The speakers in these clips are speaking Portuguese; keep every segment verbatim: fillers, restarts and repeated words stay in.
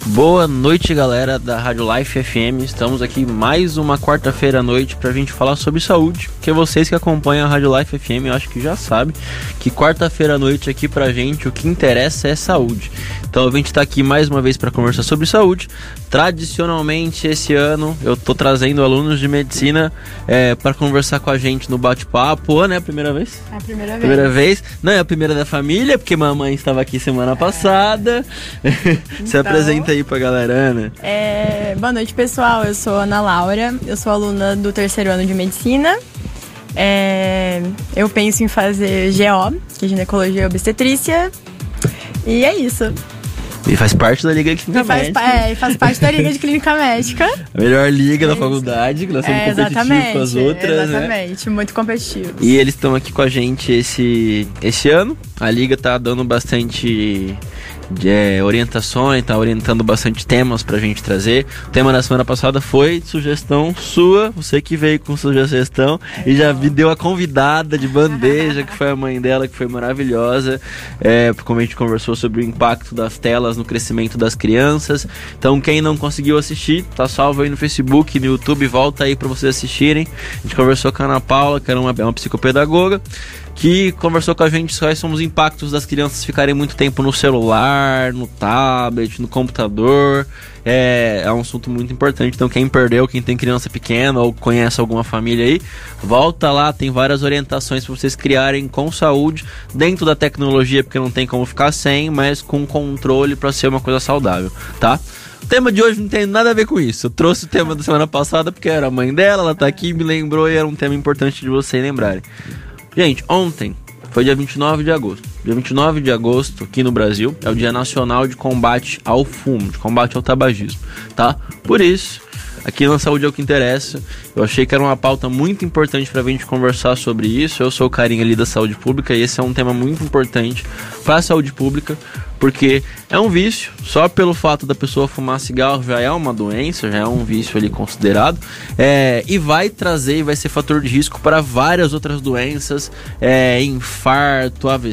Boa noite, galera da Rádio Life F M. Estamos aqui mais uma quarta-feira à noite pra gente falar sobre saúde, porque vocês que acompanham a Rádio Life F M eu acho que já sabem que quarta-feira à noite aqui pra gente o que interessa é saúde. Então a gente tá aqui mais uma vez para conversar sobre saúde. Tradicionalmente esse ano eu tô trazendo alunos de medicina é, para conversar com a gente no bate-papo. Ana, é a primeira vez? É a primeira vez. Primeira vez. Não é a primeira da família, porque mamãe estava aqui semana passada. Então, se apresenta aí pra galera, Ana. É, boa noite, pessoal. Eu sou Ana Laura, eu sou aluna do terceiro ano de medicina. É, eu penso em fazer G O, que é ginecologia e obstetrícia. E é isso. E faz parte da Liga de Clínica e faz, Médica. É, e faz parte da Liga de Clínica Médica. A melhor liga é da faculdade, que nós somos é, competitivos com as outras, exatamente, né? Muito competitivos. E eles estão aqui com a gente esse, esse ano. A Liga tá dando bastante de, é, orientações, tá orientando bastante temas pra gente trazer. O tema da semana passada foi sugestão sua, você que veio com sugestão é, e já me deu a convidada de bandeja, que foi a mãe dela, que foi maravilhosa. É, como a gente conversou sobre o impacto das telas no crescimento das crianças. Então quem não conseguiu assistir, tá salvo aí no Facebook, no YouTube, volta aí pra vocês assistirem. A gente conversou com a Ana Paula, que era uma, uma psicopedagoga, que conversou com a gente sobre quais são os impactos das crianças ficarem muito tempo no celular, no tablet, no computador. É, é um assunto muito importante, então quem perdeu, quem tem criança pequena ou conhece alguma família aí, volta lá, tem várias orientações para vocês criarem com saúde, dentro da tecnologia, porque não tem como ficar sem, mas com controle para ser uma coisa saudável, tá? O tema de hoje não tem nada a ver com isso. Eu trouxe o tema da semana passada porque era a mãe dela, ela tá aqui, me lembrou e era um tema importante de vocês lembrarem. Gente, ontem foi dia vinte e nove de agosto. Dia vinte e nove de agosto, aqui no Brasil, é o Dia Nacional de Combate ao Fumo, de combate ao tabagismo, tá? Por isso, aqui na Saúde é o que interessa. Eu achei que era uma pauta muito importante pra gente conversar sobre isso. Eu sou o carinha ali da saúde pública e esse é um tema muito importante pra saúde pública, porque é um vício. Só pelo fato da pessoa fumar cigarro já é uma doença, já é um vício ali considerado, é, e vai trazer e vai ser fator de risco para várias outras doenças, é, infarto, A V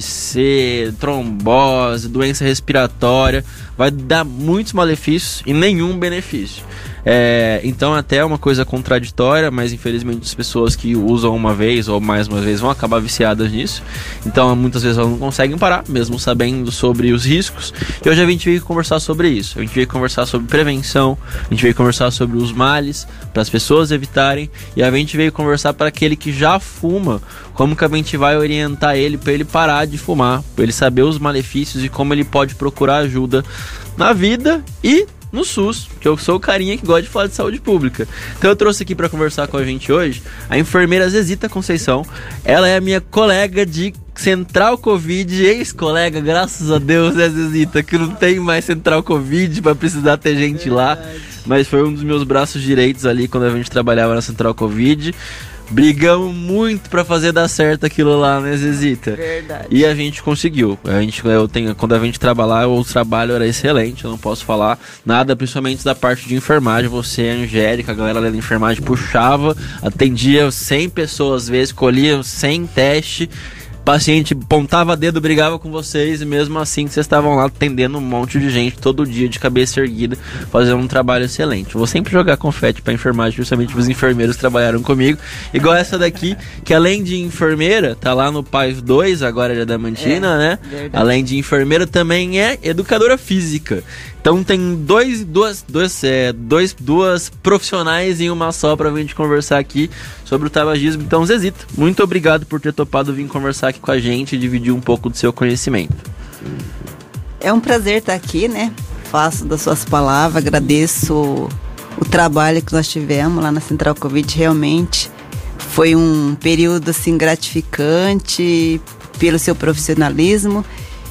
C, trombose, doença respiratória. Vai dar muitos malefícios e nenhum benefício. É, então até é uma coisa contraditória, mas infelizmente as pessoas que usam uma vez ou mais uma vez vão acabar viciadas nisso. Então muitas vezes elas não conseguem parar, mesmo sabendo sobre os riscos. E hoje a gente veio conversar sobre isso. A gente veio conversar sobre prevenção, a gente veio conversar sobre os males para as pessoas evitarem, e a gente veio conversar para aquele que já fuma, como que a gente vai orientar ele para ele parar de fumar, para ele saber os malefícios e como ele pode procurar ajuda na vida e no SUS, que eu sou o carinha que gosta de falar de saúde pública. Então eu trouxe aqui para conversar com a gente hoje a enfermeira Zezita Conceição. Ela é a minha colega de Central Covid, ex-colega, graças a Deus, né, Zezita, que não tem mais Central Covid para precisar ter gente lá, mas foi um dos meus braços direitos ali quando a gente trabalhava na Central Covid. Brigamos muito pra fazer dar certo aquilo lá, né, Zezita? Verdade. E a gente conseguiu. A gente, eu tenho, quando a gente trabalhava, o trabalho era excelente. Eu não posso falar nada, principalmente da parte de enfermagem. Você, a Angélica, a galera da enfermagem puxava, atendia cem pessoas às vezes, colhia cem testes. Paciente pontava dedo, brigava com vocês, e mesmo assim vocês estavam lá atendendo um monte de gente todo dia de cabeça erguida, fazendo um trabalho excelente. Vou sempre jogar confete pra enfermagem, justamente os enfermeiros que trabalharam comigo, igual essa daqui, que além de enfermeira, tá lá no P A I V dois, agora é da Diamantina, é, né? Verdade. Além de enfermeira, também é educadora física. Então tem dois, duas, duas, é, dois, duas profissionais em uma só pra gente conversar aqui sobre o tabagismo. Então, Zezita, muito obrigado por ter topado vir conversar aqui com a gente e dividir um pouco do seu conhecimento. É um prazer estar aqui, né? Faço das suas palavras, agradeço o trabalho que nós tivemos lá na Central Covid. Realmente foi um período assim gratificante pelo seu profissionalismo,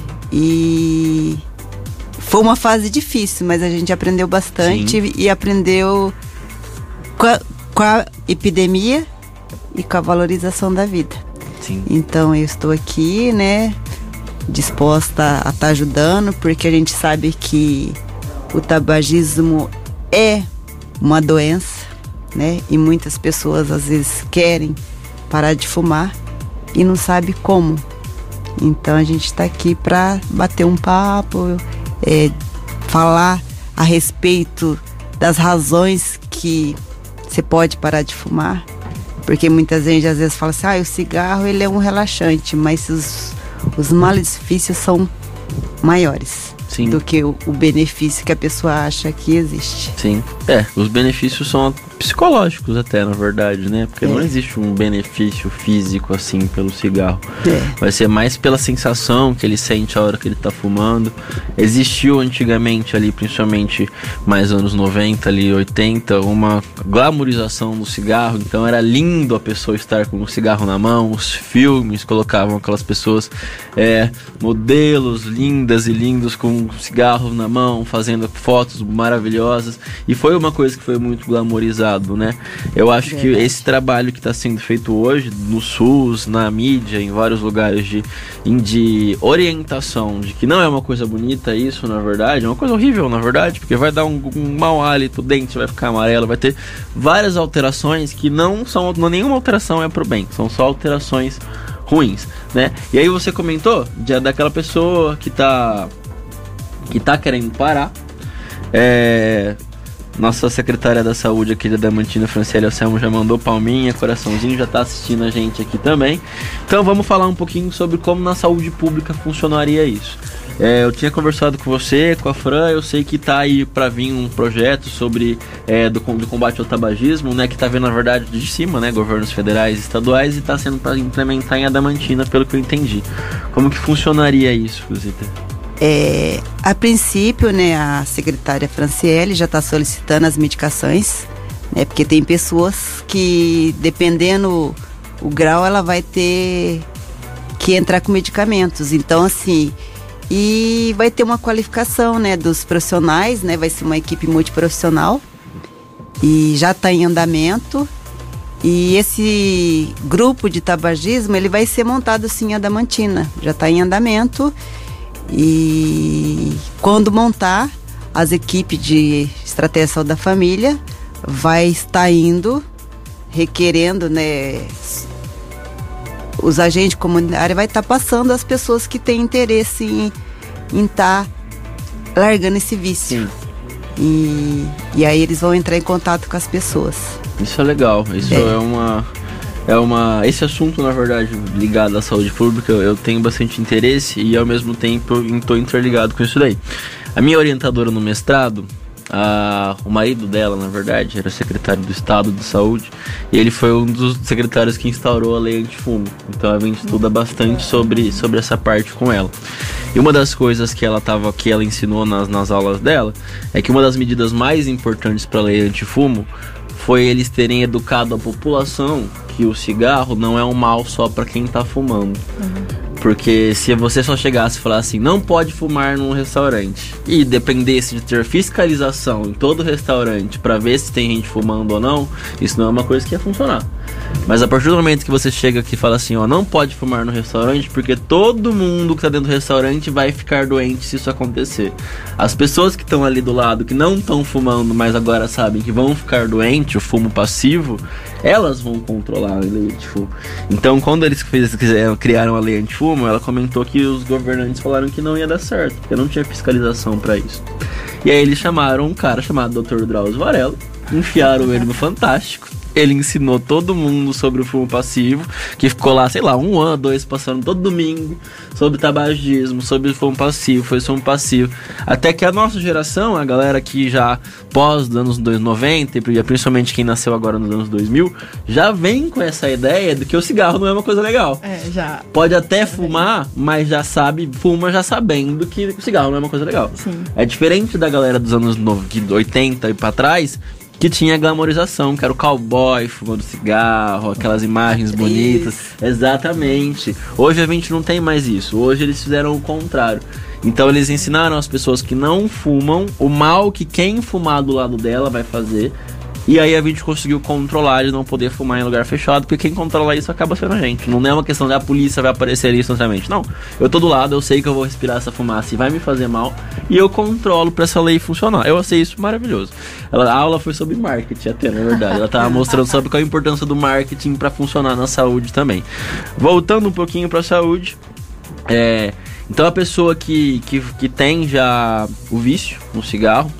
e foi uma fase difícil, mas a gente aprendeu bastante. Sim. E aprendeu com a, com a epidemia e com a valorização da vida. Sim. Então eu estou aqui, né, disposta a estar ajudando, porque a gente sabe que o tabagismo é uma doença, né, e muitas pessoas às vezes querem parar de fumar e não sabe como. Então a gente está aqui para bater um papo, é, falar a respeito das razões que você pode parar de fumar. Porque muitas vezes, às vezes fala assim, ah, o cigarro ele é um relaxante, mas os, os malefícios são maiores. Sim. Do que o, o benefício que a pessoa acha que existe. Sim, é, os benefícios são psicológicos até, na verdade, né? Porque é. não existe um benefício físico, assim, pelo cigarro. É. Vai ser mais pela sensação que ele sente a hora que ele tá fumando. Existiu antigamente ali, principalmente mais anos noventa, ali, oitenta, uma glamorização do cigarro. Então era lindo a pessoa estar com um cigarro na mão. Os filmes colocavam aquelas pessoas, é, modelos lindas e lindos com cigarro na mão, fazendo fotos maravilhosas, e foi uma coisa que foi muito glamorizado, né? Eu acho Verdade. que esse trabalho que está sendo feito hoje no SUS, na mídia, em vários lugares de, de orientação, de que não é uma coisa bonita isso, na verdade, é uma coisa horrível, na verdade, porque vai dar um, um mau hálito, o dente vai ficar amarelo, vai ter várias alterações que não são, não, nenhuma alteração é pro bem, são só alterações ruins, né? E aí você comentou de, daquela pessoa que tá que tá querendo parar. É, nossa secretária da saúde aqui da Adamantina, Franciele Anselmo, já mandou palminha, coraçãozinho, já tá assistindo a gente aqui também. Então vamos falar um pouquinho sobre como na saúde pública funcionaria isso. É, eu tinha conversado com você, com a Fran, eu sei que tá aí para vir um projeto sobre é, do, do combate ao tabagismo, né, que tá vindo na verdade de cima, né, governos federais e estaduais, e tá sendo para implementar em Adamantina, pelo que eu entendi. Como que funcionaria isso, Rosita? É, a princípio, né, a secretária Franciele já está solicitando as medicações, né, porque tem pessoas que, dependendo o grau, ela vai ter que entrar com medicamentos. Então, assim, e vai ter uma qualificação, né, dos profissionais, né, vai ser uma equipe multiprofissional e já está em andamento. E esse grupo de tabagismo, ele vai ser montado sim em Adamantina, já está em andamento. E quando montar, as equipes de estratégia de saúde da família vai estar indo, requerendo, né, os agentes comunitários vai estar passando as pessoas que têm interesse em estar tá largando esse vício. E, e aí eles vão entrar em contato com as pessoas. Isso é legal, isso é, é uma... É uma, esse assunto, na verdade, ligado à saúde pública, eu tenho bastante interesse e, ao mesmo tempo, estou interligado com isso daí. A minha orientadora no mestrado, a, o marido dela, na verdade, era secretário do Estado de Saúde, e ele foi um dos secretários que instaurou a lei antifumo. Então a gente estuda bastante sobre, sobre essa parte com ela. E uma das coisas que ela, tava, que ela ensinou nas, nas aulas dela é que uma das medidas mais importantes para a lei antifumo foi eles terem educado a população que o cigarro não é um mal só para quem tá fumando. Uhum. Porque se você só chegasse e falasse assim, não pode fumar num restaurante, e dependesse de ter fiscalização em todo restaurante para ver se tem gente fumando ou não, isso não é uma coisa que ia funcionar. Mas a partir do momento que você chega aqui e fala assim, ó, não pode fumar no restaurante, porque todo mundo que tá dentro do restaurante vai ficar doente se isso acontecer. As pessoas que estão ali do lado, que não estão fumando, mas agora sabem que vão ficar doentes, o fumo passivo, elas vão controlar a lei antifumo. Então, quando eles fizeram, criaram a lei antifumo, ela comentou que os governantes falaram que não ia dar certo, porque não tinha fiscalização para isso. E aí eles chamaram um cara chamado doutor Drauzio Varela, enfiaram ele no Fantástico. Ele ensinou todo mundo sobre o fumo passivo, que ficou lá, sei lá, um ano, dois, passando todo domingo sobre tabagismo, sobre o fumo passivo, foi fumo passivo. Até que a nossa geração, a galera que já pós dos anos noventa, e principalmente quem nasceu agora nos anos dois mil, já vem com essa ideia de que o cigarro não é uma coisa legal. É, já. Pode até fumar, mas já sabe, fuma já sabendo que o cigarro não é uma coisa legal. Sim. É diferente da galera dos anos oitenta e pra trás, que tinha a glamorização, que era o cowboy fumando cigarro, aquelas imagens bonitas. Exatamente. Hoje a gente não tem mais isso. Hoje eles fizeram o contrário. Então eles ensinaram as pessoas que não fumam o mal que quem fumar do lado dela vai fazer. E aí a gente conseguiu controlar de não poder fumar em lugar fechado, porque quem controla isso acaba sendo a gente. Não é uma questão de a polícia vai aparecer ali instantaneamente. Não, eu tô do lado, eu sei que eu vou respirar essa fumaça e vai me fazer mal, e eu controlo pra essa lei funcionar. Eu achei isso maravilhoso. Ela, a aula foi sobre marketing até, na verdade. Ela tava mostrando sobre qual a importância do marketing pra funcionar na saúde também. Voltando um pouquinho pra saúde, é... Então a pessoa que, que, que tem já o vício no cigarro,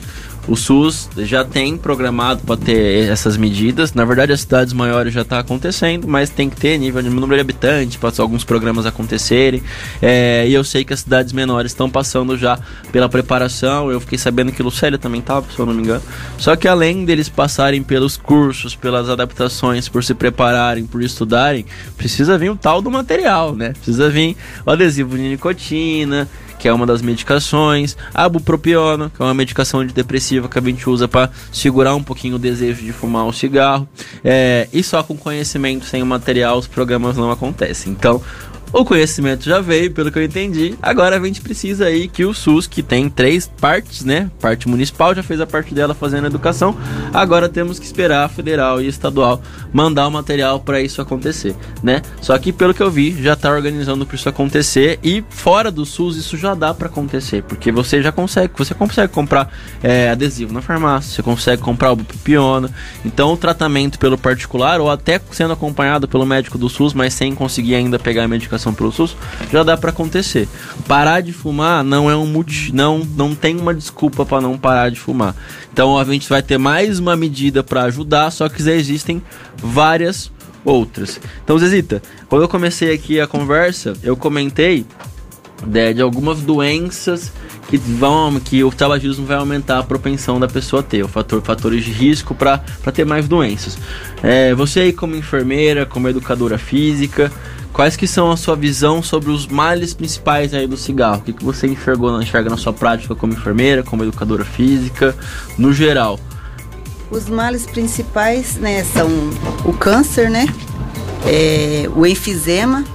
O SUS já tem programado para ter essas medidas. Na verdade, as cidades maiores já está acontecendo, mas tem que ter nível de número de habitantes para alguns programas acontecerem. É, e eu sei que as cidades menores estão passando já pela preparação. Eu fiquei sabendo que Lucélia também estava, se eu não me engano. Só que além deles passarem pelos cursos, pelas adaptações, por se prepararem, por estudarem, precisa vir o tal do material, né? Precisa vir o adesivo de nicotina, que é uma das medicações, a bupropiona, que é uma medicação antidepressiva que a gente usa para segurar um pouquinho o desejo de fumar um cigarro. É, e só com conhecimento, sem o material, os programas não acontecem. Então, o conhecimento já veio, pelo que eu entendi. Agora a gente precisa aí que o SUS, que tem três partes, né? Parte municipal já fez a parte dela fazendo a educação. Agora temos que esperar a federal e estadual mandar o material para isso acontecer, né? Só que pelo que eu vi, já está organizando para isso acontecer. E fora do SUS isso já dá para acontecer, porque você já consegue, você consegue comprar é, adesivo na farmácia, você consegue comprar o bupropiona. Então o tratamento pelo particular, ou até sendo acompanhado pelo médico do SUS, mas sem conseguir ainda pegar a medicação pelo SUS, já dá para acontecer. Parar de fumar não é um multi, não não tem uma desculpa para não parar de fumar. Então a gente vai ter mais uma medida para ajudar, só que já existem várias outras. Então, Zezita, quando eu comecei aqui a conversa, eu comentei de, de algumas doenças que vão, que o tabagismo vai aumentar a propensão da pessoa ter, o fator, fatores de risco para ter mais doenças. É, você aí como enfermeira, como educadora física, quais que são a sua visão sobre os males principais aí do cigarro? O que, que você enxergou, enxerga na sua prática como enfermeira, como educadora física, no geral? Os males principais, né, são o câncer, né, é, o enfisema,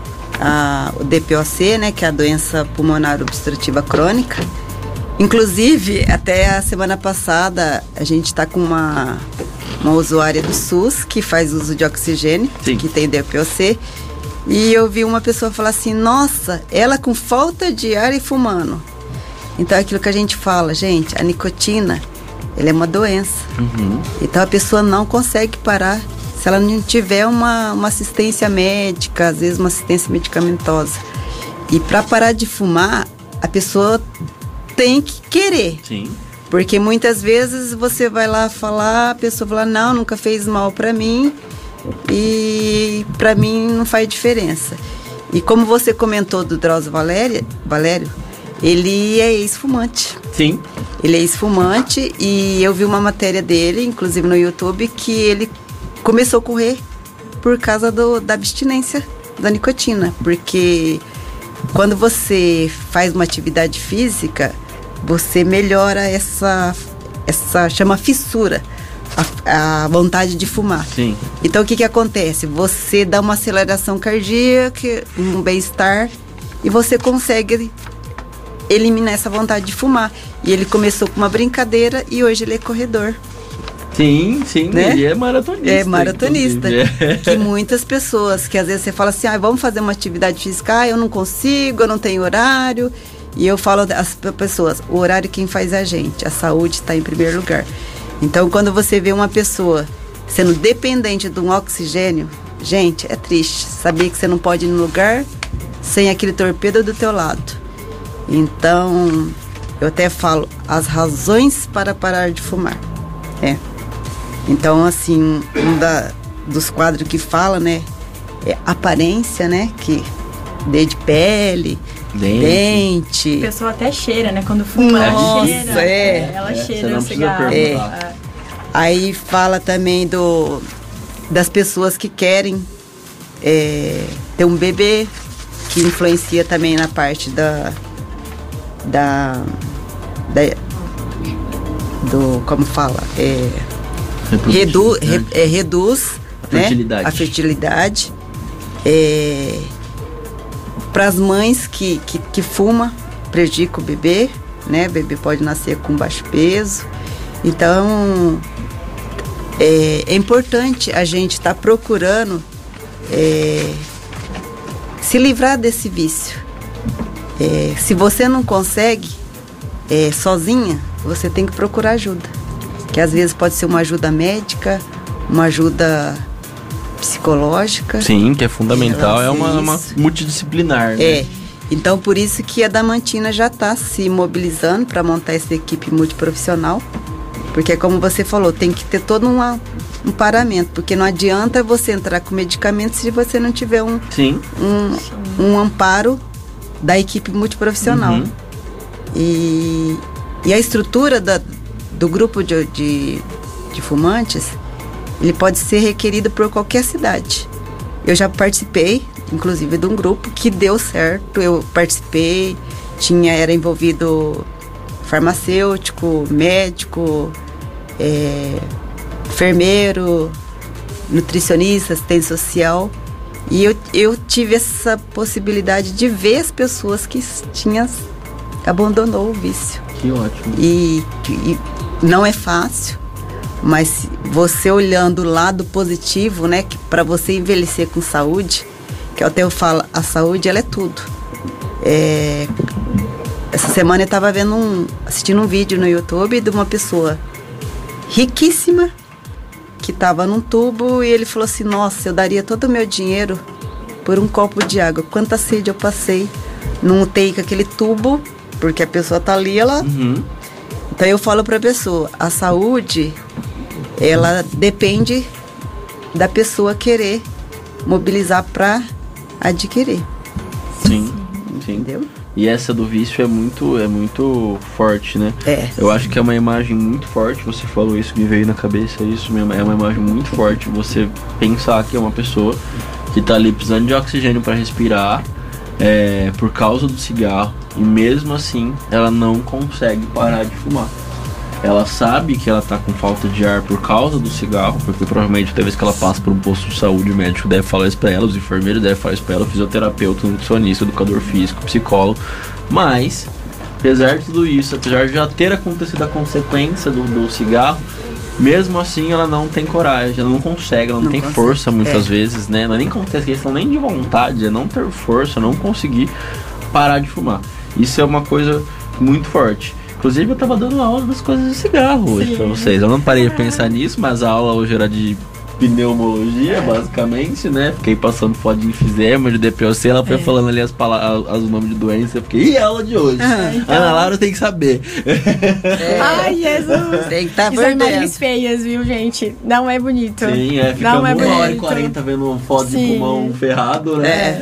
a, o D P O C, né, que é a doença pulmonar obstrutiva crônica. Inclusive, até a semana passada, a gente está com uma, uma usuária do SUS que faz uso de oxigênio, Sim. que tem D P O C. E eu vi uma pessoa falar assim, nossa, ela com falta de ar e fumando. Então é aquilo que a gente fala, gente, a nicotina, ela é uma doença. Uhum. Então a pessoa não consegue parar se ela não tiver uma, uma assistência médica, às vezes uma assistência medicamentosa. E para parar de fumar, a pessoa tem que querer. Sim. Porque muitas vezes você vai lá falar, a pessoa fala, não, nunca fez mal para mim. E para mim não faz diferença. E como você comentou do Drauzio Valério, Valério, ele é ex-fumante. Sim. Ele é ex-fumante e eu vi uma matéria dele, inclusive no YouTube, que ele começou a correr por causa do, da abstinência da nicotina. Porque quando você faz uma atividade física, você melhora essa, essa chama fissura. A, a vontade de fumar. Sim. Então o que que acontece? Você dá uma aceleração cardíaca, um bem-estar e você consegue eliminar essa vontade de fumar. E ele começou com uma brincadeira e hoje ele é corredor. Sim, sim, né? Ele é maratonista. É maratonista. É. Que muitas pessoas, que às vezes você fala assim, ah, vamos fazer uma atividade física, ah, eu não consigo, eu não tenho horário. E eu falo às pessoas, o horário quem faz é a gente, a saúde está em primeiro lugar. Então, quando você vê uma pessoa sendo dependente de um oxigênio, gente, é triste. Saber que você não pode ir no lugar sem aquele torpedo do teu lado. Então, eu até falo, as razões para parar de fumar. É. Então, assim, um da, dos quadros que fala, né, é aparência, né, que desde pele... Dente. Dente. A pessoa até cheira, né? Quando fuma, Nossa, ela cheira. É. Ela é, cheira o cigarro. É. Aí fala também do, das pessoas que querem é, ter um bebê, que influencia também na parte da... da, da do, como fala? É, redu, re, é, reduz a fertilidade. Né, a fertilidade. É, para as mães que, que, que fumam, prejudica o bebê, né? O bebê pode nascer com baixo peso. Então, é, é importante a gente estar tá procurando é, se livrar desse vício. É, se você não consegue é, sozinha, você tem que procurar ajuda. Que às vezes pode ser uma ajuda médica, uma ajuda psicológica. Sim, que é fundamental, é uma, uma multidisciplinar, né? É, Então, por isso que a Damantina já está se mobilizando para montar essa equipe multiprofissional. Porque, como você falou, tem que ter todo uma, um paramento. Porque não adianta você entrar com medicamento se você não tiver um, Sim. um, um amparo da equipe multiprofissional. Uhum. E, e a estrutura da, do grupo de, de, de fumantes, ele pode ser requerido por qualquer cidade. Eu já participei, inclusive, de um grupo que deu certo. Eu participei, tinha, era envolvido farmacêutico, médico, é, enfermeiro, nutricionista, assistente social. E eu, eu tive essa possibilidade de ver as pessoas que tinham abandonou o vício. Que ótimo. E, e não é fácil, mas você olhando o lado positivo, né, que para você envelhecer com saúde, que até eu falo, a saúde ela é tudo. É, essa semana eu estava vendo um, assistindo um vídeo no YouTube de uma pessoa riquíssima que estava num tubo e ele falou assim: nossa, eu daria todo o meu dinheiro por um copo de água. Quanta sede eu passei num U T I com aquele tubo, porque a pessoa tá ali, ela... Uhum. Então eu falo para a pessoa, a saúde, ela depende da pessoa querer mobilizar para adquirir. Sim, sim. Entendeu? E essa do vício é muito, é muito forte, né? É. Eu acho que é uma imagem muito forte, você falou isso, me veio na cabeça isso mesmo, é uma imagem muito forte, você pensar que é uma pessoa que tá ali precisando de oxigênio para respirar, é, por causa do cigarro, e mesmo assim ela não consegue parar de fumar. Ela sabe que ela tá com falta de ar por causa do cigarro, porque provavelmente toda vez que ela passa por um posto de saúde, o médico deve falar isso pra ela, os enfermeiros devem falar isso pra ela, o fisioterapeuta, o nutricionista, o educador físico, o psicólogo. Mas, apesar de tudo isso, apesar de já ter acontecido a consequência do, do cigarro, mesmo assim ela não tem coragem, ela não consegue, ela não, não tem consegue. força muitas é. vezes, né? Ela nem acontece questão nem de vontade, é não ter força, não conseguir parar de fumar. Isso é uma coisa muito forte. Inclusive eu tava dando aula das coisas de cigarro hoje. Sim. Pra vocês. Eu não parei de pensar nisso, mas a aula hoje era de pneumologia, basicamente, né? Fiquei passando foto de enfisema, de D P O C, ela foi é. falando ali as palavras, os nomes de doença. Eu fiquei, e a aula de hoje? Ah, então... Ana Laura tem que saber. É. Ai, Jesus! Tem que estar por dentro. São imagens feias, viu, gente? Não é bonito. Sim, é. Fica uma é hora e quarenta vendo foto Sim. de pulmão ferrado, né? É.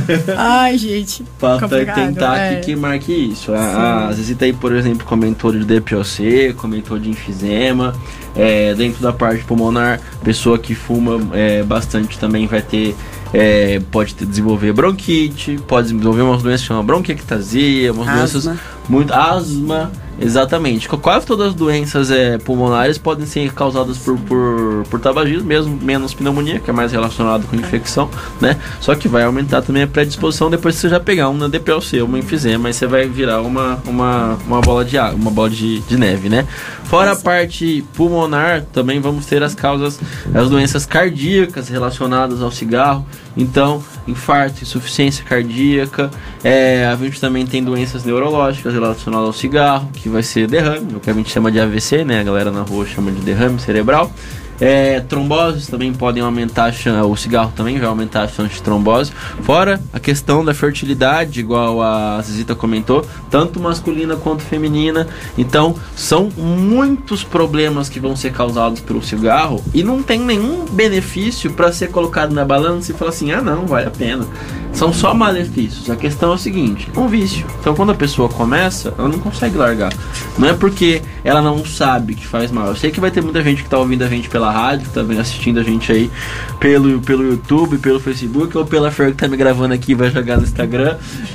Ai, gente. Pra tentar é. que, que marque isso. A, a Zezita aí, por exemplo, comentou de D P O C, comentou de enfisema. É, dentro da parte pulmonar, pessoa que fuma é, bastante também vai ter, é, pode ter, desenvolver bronquite, pode desenvolver umas doenças que chamam bronquiectasia, umas asma. doenças muito asma, exatamente. Quase todas as doenças é, pulmonares podem ser causadas por, por, por tabagismo, mesmo menos pneumonia, que é mais relacionado com infecção, né? Só que vai aumentar também a predisposição depois que você já pegar uma D P O C, uma enfisema, aí você vai virar uma, uma, uma bola de água, uma bola de, de neve, né? Fora a parte pulmonar, também vamos ter as causas, as doenças cardíacas relacionadas ao cigarro. Então, infarto, insuficiência cardíaca. É, a gente também tem doenças neurológicas relacionadas ao cigarro, que vai ser derrame, o que a gente chama de A V C, né? A galera na rua chama de derrame cerebral. É, tromboses também podem aumentar, a chance, o cigarro também vai aumentar a chance de trombose. Fora a questão da fertilidade, igual a Zezita comentou, tanto masculina quanto feminina. Então, são muitos problemas que vão ser causados pelo cigarro e não tem nenhum benefício para ser colocado na balança e falar assim, ah não, vale a pena. São só malefícios. A questão é o seguinte, um vício. Então, quando a pessoa começa, ela não consegue largar. Não é porque ela não sabe que faz mal. Eu sei que vai ter muita gente que tá ouvindo a gente pela rádio, que tá assistindo a gente aí pelo, pelo YouTube, pelo Facebook, ou pela Fer que tá me gravando aqui e vai jogar no Instagram,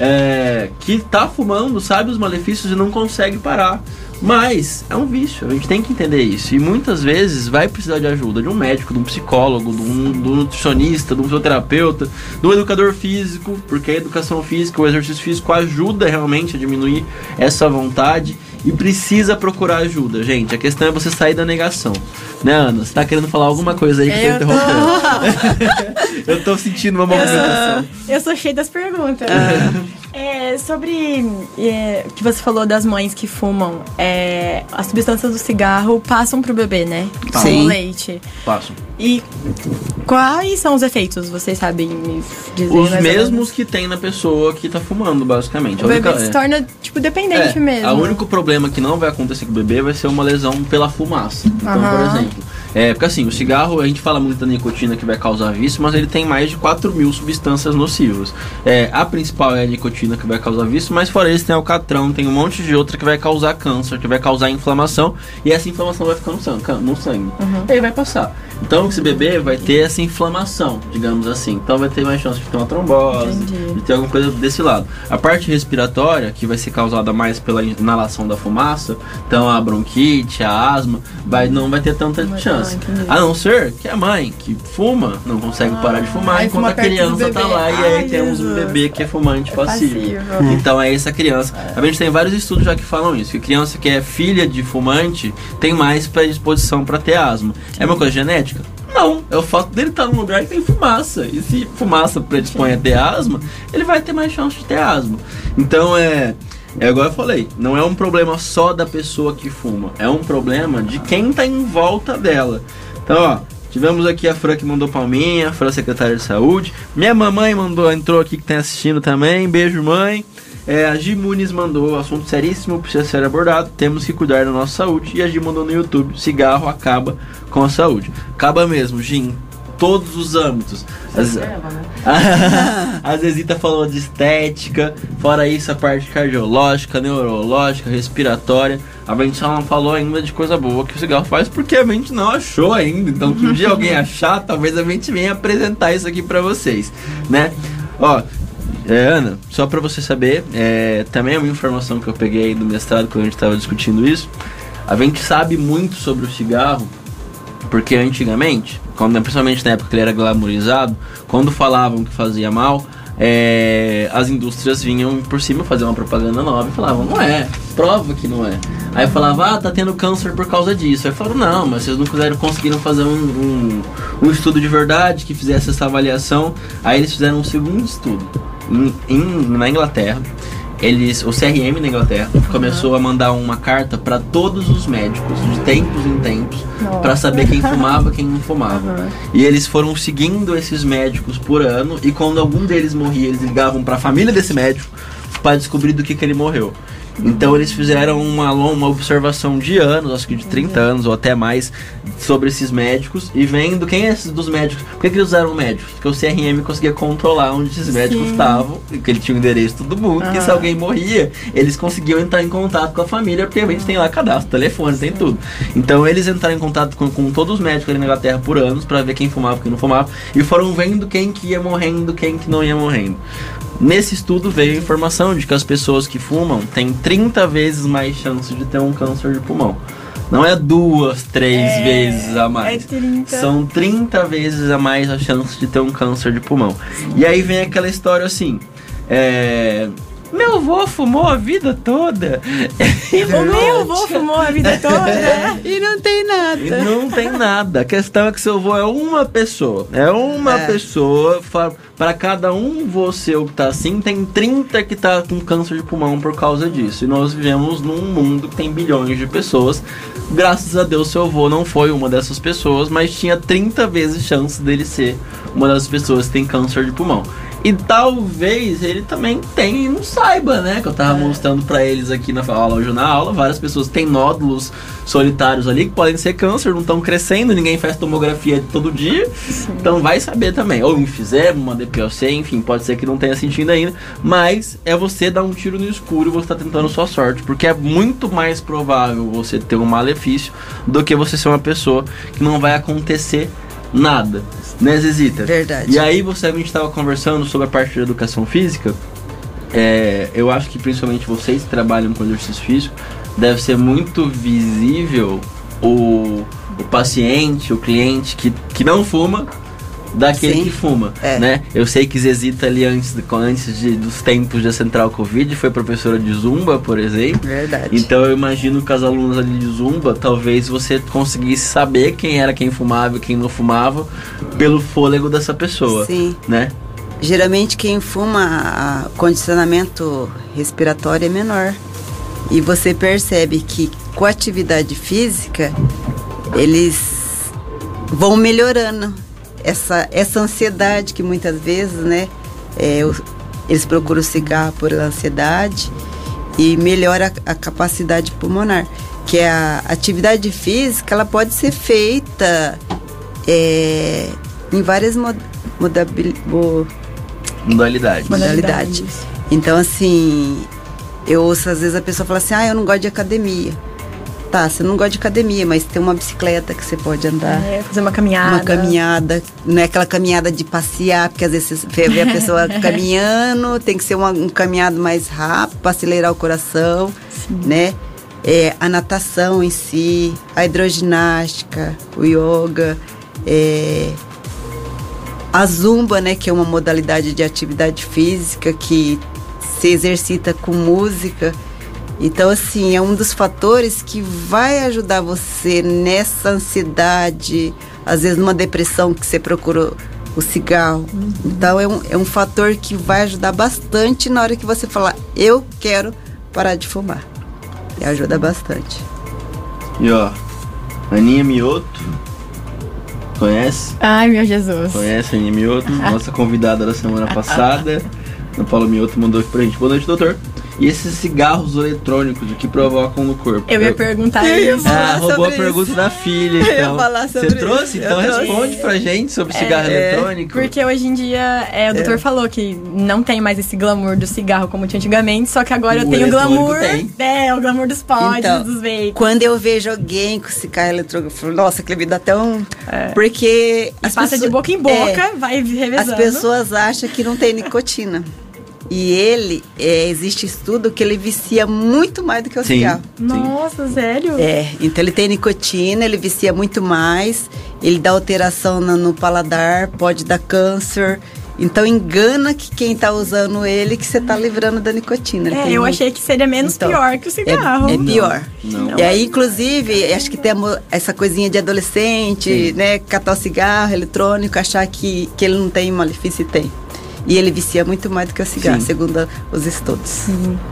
é, que tá fumando, sabe os malefícios e não consegue parar. Mas é um vício, a gente tem que entender isso. E muitas vezes vai precisar de ajuda de um médico, de um psicólogo, de um, de um nutricionista, de um fisioterapeuta, de um educador físico, porque a educação física, o exercício físico ajuda realmente a diminuir essa vontade. E precisa procurar ajuda, gente. A questão é você sair da negação. Né, Ana? Você tá querendo falar alguma coisa aí que eu tô interrompendo? Eu tô sentindo uma movimentação. Eu sou cheia das perguntas. É, É, sobre é, o que você falou das mães que fumam, é, as substâncias do cigarro passam pro bebê, né? Sim. Como leite. Passam. E quais são os efeitos, vocês sabem me dizer? Os mais ou mesmos menos? que tem na pessoa que tá fumando, basicamente. O A bebê única- se é. torna, tipo, dependente É, mesmo. O único problema que não vai acontecer com o bebê vai ser uma lesão pela fumaça. Então, Aham. por exemplo, é, porque assim, o cigarro, a gente fala muito da nicotina que vai causar vício, mas ele tem mais de quatro mil substâncias nocivas. É, a principal é a nicotina que vai causar vício, mas fora isso tem alcatrão, tem um monte de outra que vai causar câncer, que vai causar inflamação, e essa inflamação vai ficar no sangue. No sangue. Uhum. E aí vai passar. Então esse bebê vai ter essa inflamação, digamos assim. Então vai ter mais chance de ter uma trombose, Entendi. de ter alguma coisa desse lado. A parte respiratória, que vai ser causada mais pela inalação da fumaça, então a bronquite, a asma, vai, não vai ter tanta Vai- chance. ah, entendi. A não ser que a mãe que fuma não consegue Ah, parar de fumar aí enquanto fuma a perto do criança tá bebê. lá, e aí Ai, temos um Jesus. bebê que é fumante É passivo. passivo. Então é essa criança. A gente tem vários estudos já que falam isso, que criança que é filha de fumante tem mais predisposição para ter asma. É uma coisa genética? Não, é o fato dele estar num lugar que tem fumaça. E se fumaça predispõe a ter asma, ele vai ter mais chance de ter asma. Então é, é igual eu falei, não é um problema só da pessoa que fuma, é um problema de quem tá em volta dela. Então, ó, tivemos aqui a Fran que mandou palminha, a Fran secretária de saúde. Minha mamãe mandou, entrou aqui que tá assistindo também. Beijo, mãe. É, a Gi Muniz mandou, assunto seríssimo, precisa ser abordado, temos que cuidar da nossa saúde. E a Gi mandou no YouTube, cigarro acaba com a saúde. Acaba mesmo, Gi, em todos os âmbitos. As, a Zezita falou de estética, fora isso a parte cardiológica, neurológica, respiratória. A gente só não falou ainda de coisa boa que o cigarro faz, porque a gente não achou ainda. Então se um dia alguém achar, talvez a gente venha apresentar isso aqui pra vocês, né? Ó, É, Ana, só pra você saber, é, também é uma informação que eu peguei do mestrado quando a gente tava discutindo isso. A gente sabe muito sobre o cigarro, porque antigamente, quando, principalmente na época que ele era glamourizado, quando falavam que fazia mal, é, as indústrias vinham por cima fazer uma propaganda nova e falavam, não é, prova que não é. Aí falava, ah, tá tendo câncer por causa disso. Aí falaram, não, mas vocês não quiseram, conseguiram fazer um, um, um estudo de verdade que fizesse essa avaliação. Aí eles fizeram um segundo estudo em, em, na Inglaterra. Eles, o C R M na Inglaterra começou a mandar uma carta para todos os médicos de tempos em tempos para saber quem fumava, quem não fumava. Uhum. E eles foram seguindo esses médicos por ano, e quando algum deles morria, eles ligavam para a família desse médico para descobrir do que, que ele morreu. Então eles fizeram uma, uma observação de anos, acho que de trinta anos ou até mais, sobre esses médicos, e vendo quem é esses dos médicos. Por que, que eles usaram médicos? Porque o C R M conseguia controlar onde esses médicos estavam, que ele tinha o endereço de todo mundo, que se alguém morria, eles conseguiam entrar em contato com a família, porque a gente tem lá cadastro, telefone, tem tudo. Então eles entraram em contato com, com todos os médicos ali na Inglaterra por anos, para ver quem fumava, quem não fumava, e foram vendo quem que ia morrendo, quem que não ia morrendo. Nesse estudo veio a informação de que as pessoas que fumam têm trinta vezes mais chance de ter um câncer de pulmão. Não é duas, três É, vezes a mais. é trinta. São trinta vezes a mais a chance de ter um câncer de pulmão. E aí vem aquela história assim, é... meu avô fumou a vida toda. O meu avô fumou a vida toda. E não tem nada. E não tem nada. A questão é que seu avô é uma pessoa. É uma É. pessoa. Para cada um você que tá assim, tem trinta que tá com câncer de pulmão por causa disso. E nós vivemos num mundo que tem bilhões de pessoas. Graças a Deus seu avô não foi uma dessas pessoas, mas tinha trinta vezes chance dele ser uma das pessoas que tem câncer de pulmão. E talvez ele também tenha e não saiba, né? Que eu tava mostrando pra eles aqui na aula, hoje na aula, várias pessoas têm nódulos solitários ali que podem ser câncer, não estão crescendo, ninguém faz tomografia todo dia. Sim. Então vai saber também. Ou enfisema, uma D P O C, enfim, pode ser que não tenha sentido ainda. Mas é você dar um tiro no escuro e você tá tentando sua sorte. Porque é muito mais provável você ter um malefício do que você ser uma pessoa que não vai acontecer nada. Né, Zezita? Verdade. E aí você, a gente estava conversando sobre a parte de educação física. É, eu acho que principalmente vocês que trabalham com exercício físico, deve ser muito visível o, o paciente, o cliente que, que não fuma daquele Sim. que fuma, É. né? Eu sei que Zezita ali antes, de, antes de, dos tempos da Central Covid foi professora de Zumba, por exemplo. Verdade. Então eu imagino que as alunas ali de Zumba, talvez você conseguisse saber quem era quem fumava e quem não fumava pelo fôlego dessa pessoa, Sim. né? geralmente quem fuma, o condicionamento respiratório é menor. E você percebe que com a atividade física, eles vão melhorando essa, essa ansiedade que muitas vezes, né, é, o, eles procuram o cigarro por ansiedade e melhora a, a capacidade pulmonar. Que a atividade física, ela pode ser feita é, em várias mod, modabil, mo, modalidades. modalidades. Então, assim, eu ouço às vezes a pessoa falar assim, ah, eu não gosto de academia. Tá, você não gosta de academia, mas tem uma bicicleta que você pode andar. É, fazer uma caminhada. Uma caminhada, não é aquela caminhada de passear, porque às vezes você vê a pessoa caminhando, tem que ser uma, um caminhado mais rápido para acelerar o coração, sim, né? É, a natação em si, a hidroginástica, o yoga, é, a zumba, né, que é uma modalidade de atividade física que se exercita com música. Então, assim, é um dos fatores que vai ajudar você nessa ansiedade, às vezes numa depressão que você procura o cigarro. Uhum. Então, é um, é um fator que vai ajudar bastante na hora que você falar, eu quero parar de fumar. E ajuda bastante. E ó, Aninha Mioto, conhece? Ai, meu Jesus. Conhece a Aninha Mioto, nossa convidada da semana passada. O Paulo Mioto mandou aqui pra gente. Boa noite, doutor. E esses cigarros eletrônicos, o que provocam no corpo? Eu ia perguntar isso. Ah, roubou a pergunta da filha, então. Eu ia falar sobre Você trouxe? isso. Então Eu responde trouxe. pra gente sobre É, cigarro eletrônico. Porque hoje em dia, é, o doutor É. falou que não tem mais esse glamour do cigarro como tinha antigamente, só que agora eu O tenho o eletrônico glamour. tem. É, o glamour dos pods, Então, dos vapes. Quando eu vejo alguém com cigarro eletrônico, eu falo, nossa, que vida tão... É. Porque... E passa de boca em boca, vai revezando. As pessoas acham que não tem nicotina. E ele, é, existe estudo que ele vicia muito mais do que o Sim. cigarro. Nossa, sério? É, então ele tem nicotina, ele vicia muito mais, ele dá alteração no, no paladar, pode dar câncer. Então engana que quem tá usando ele que você tá livrando da nicotina. Ele É, tem eu muito- achei que seria menos Então, pior que o cigarro. É, é pior. Não, não. E aí, inclusive, acho que tem a mo- essa coisinha de adolescente, Sim. né? Catar o cigarro eletrônico, achar que, que ele não tem malefício e tem. E ele vicia muito mais do que o cigarro, Sim. segundo os estudos.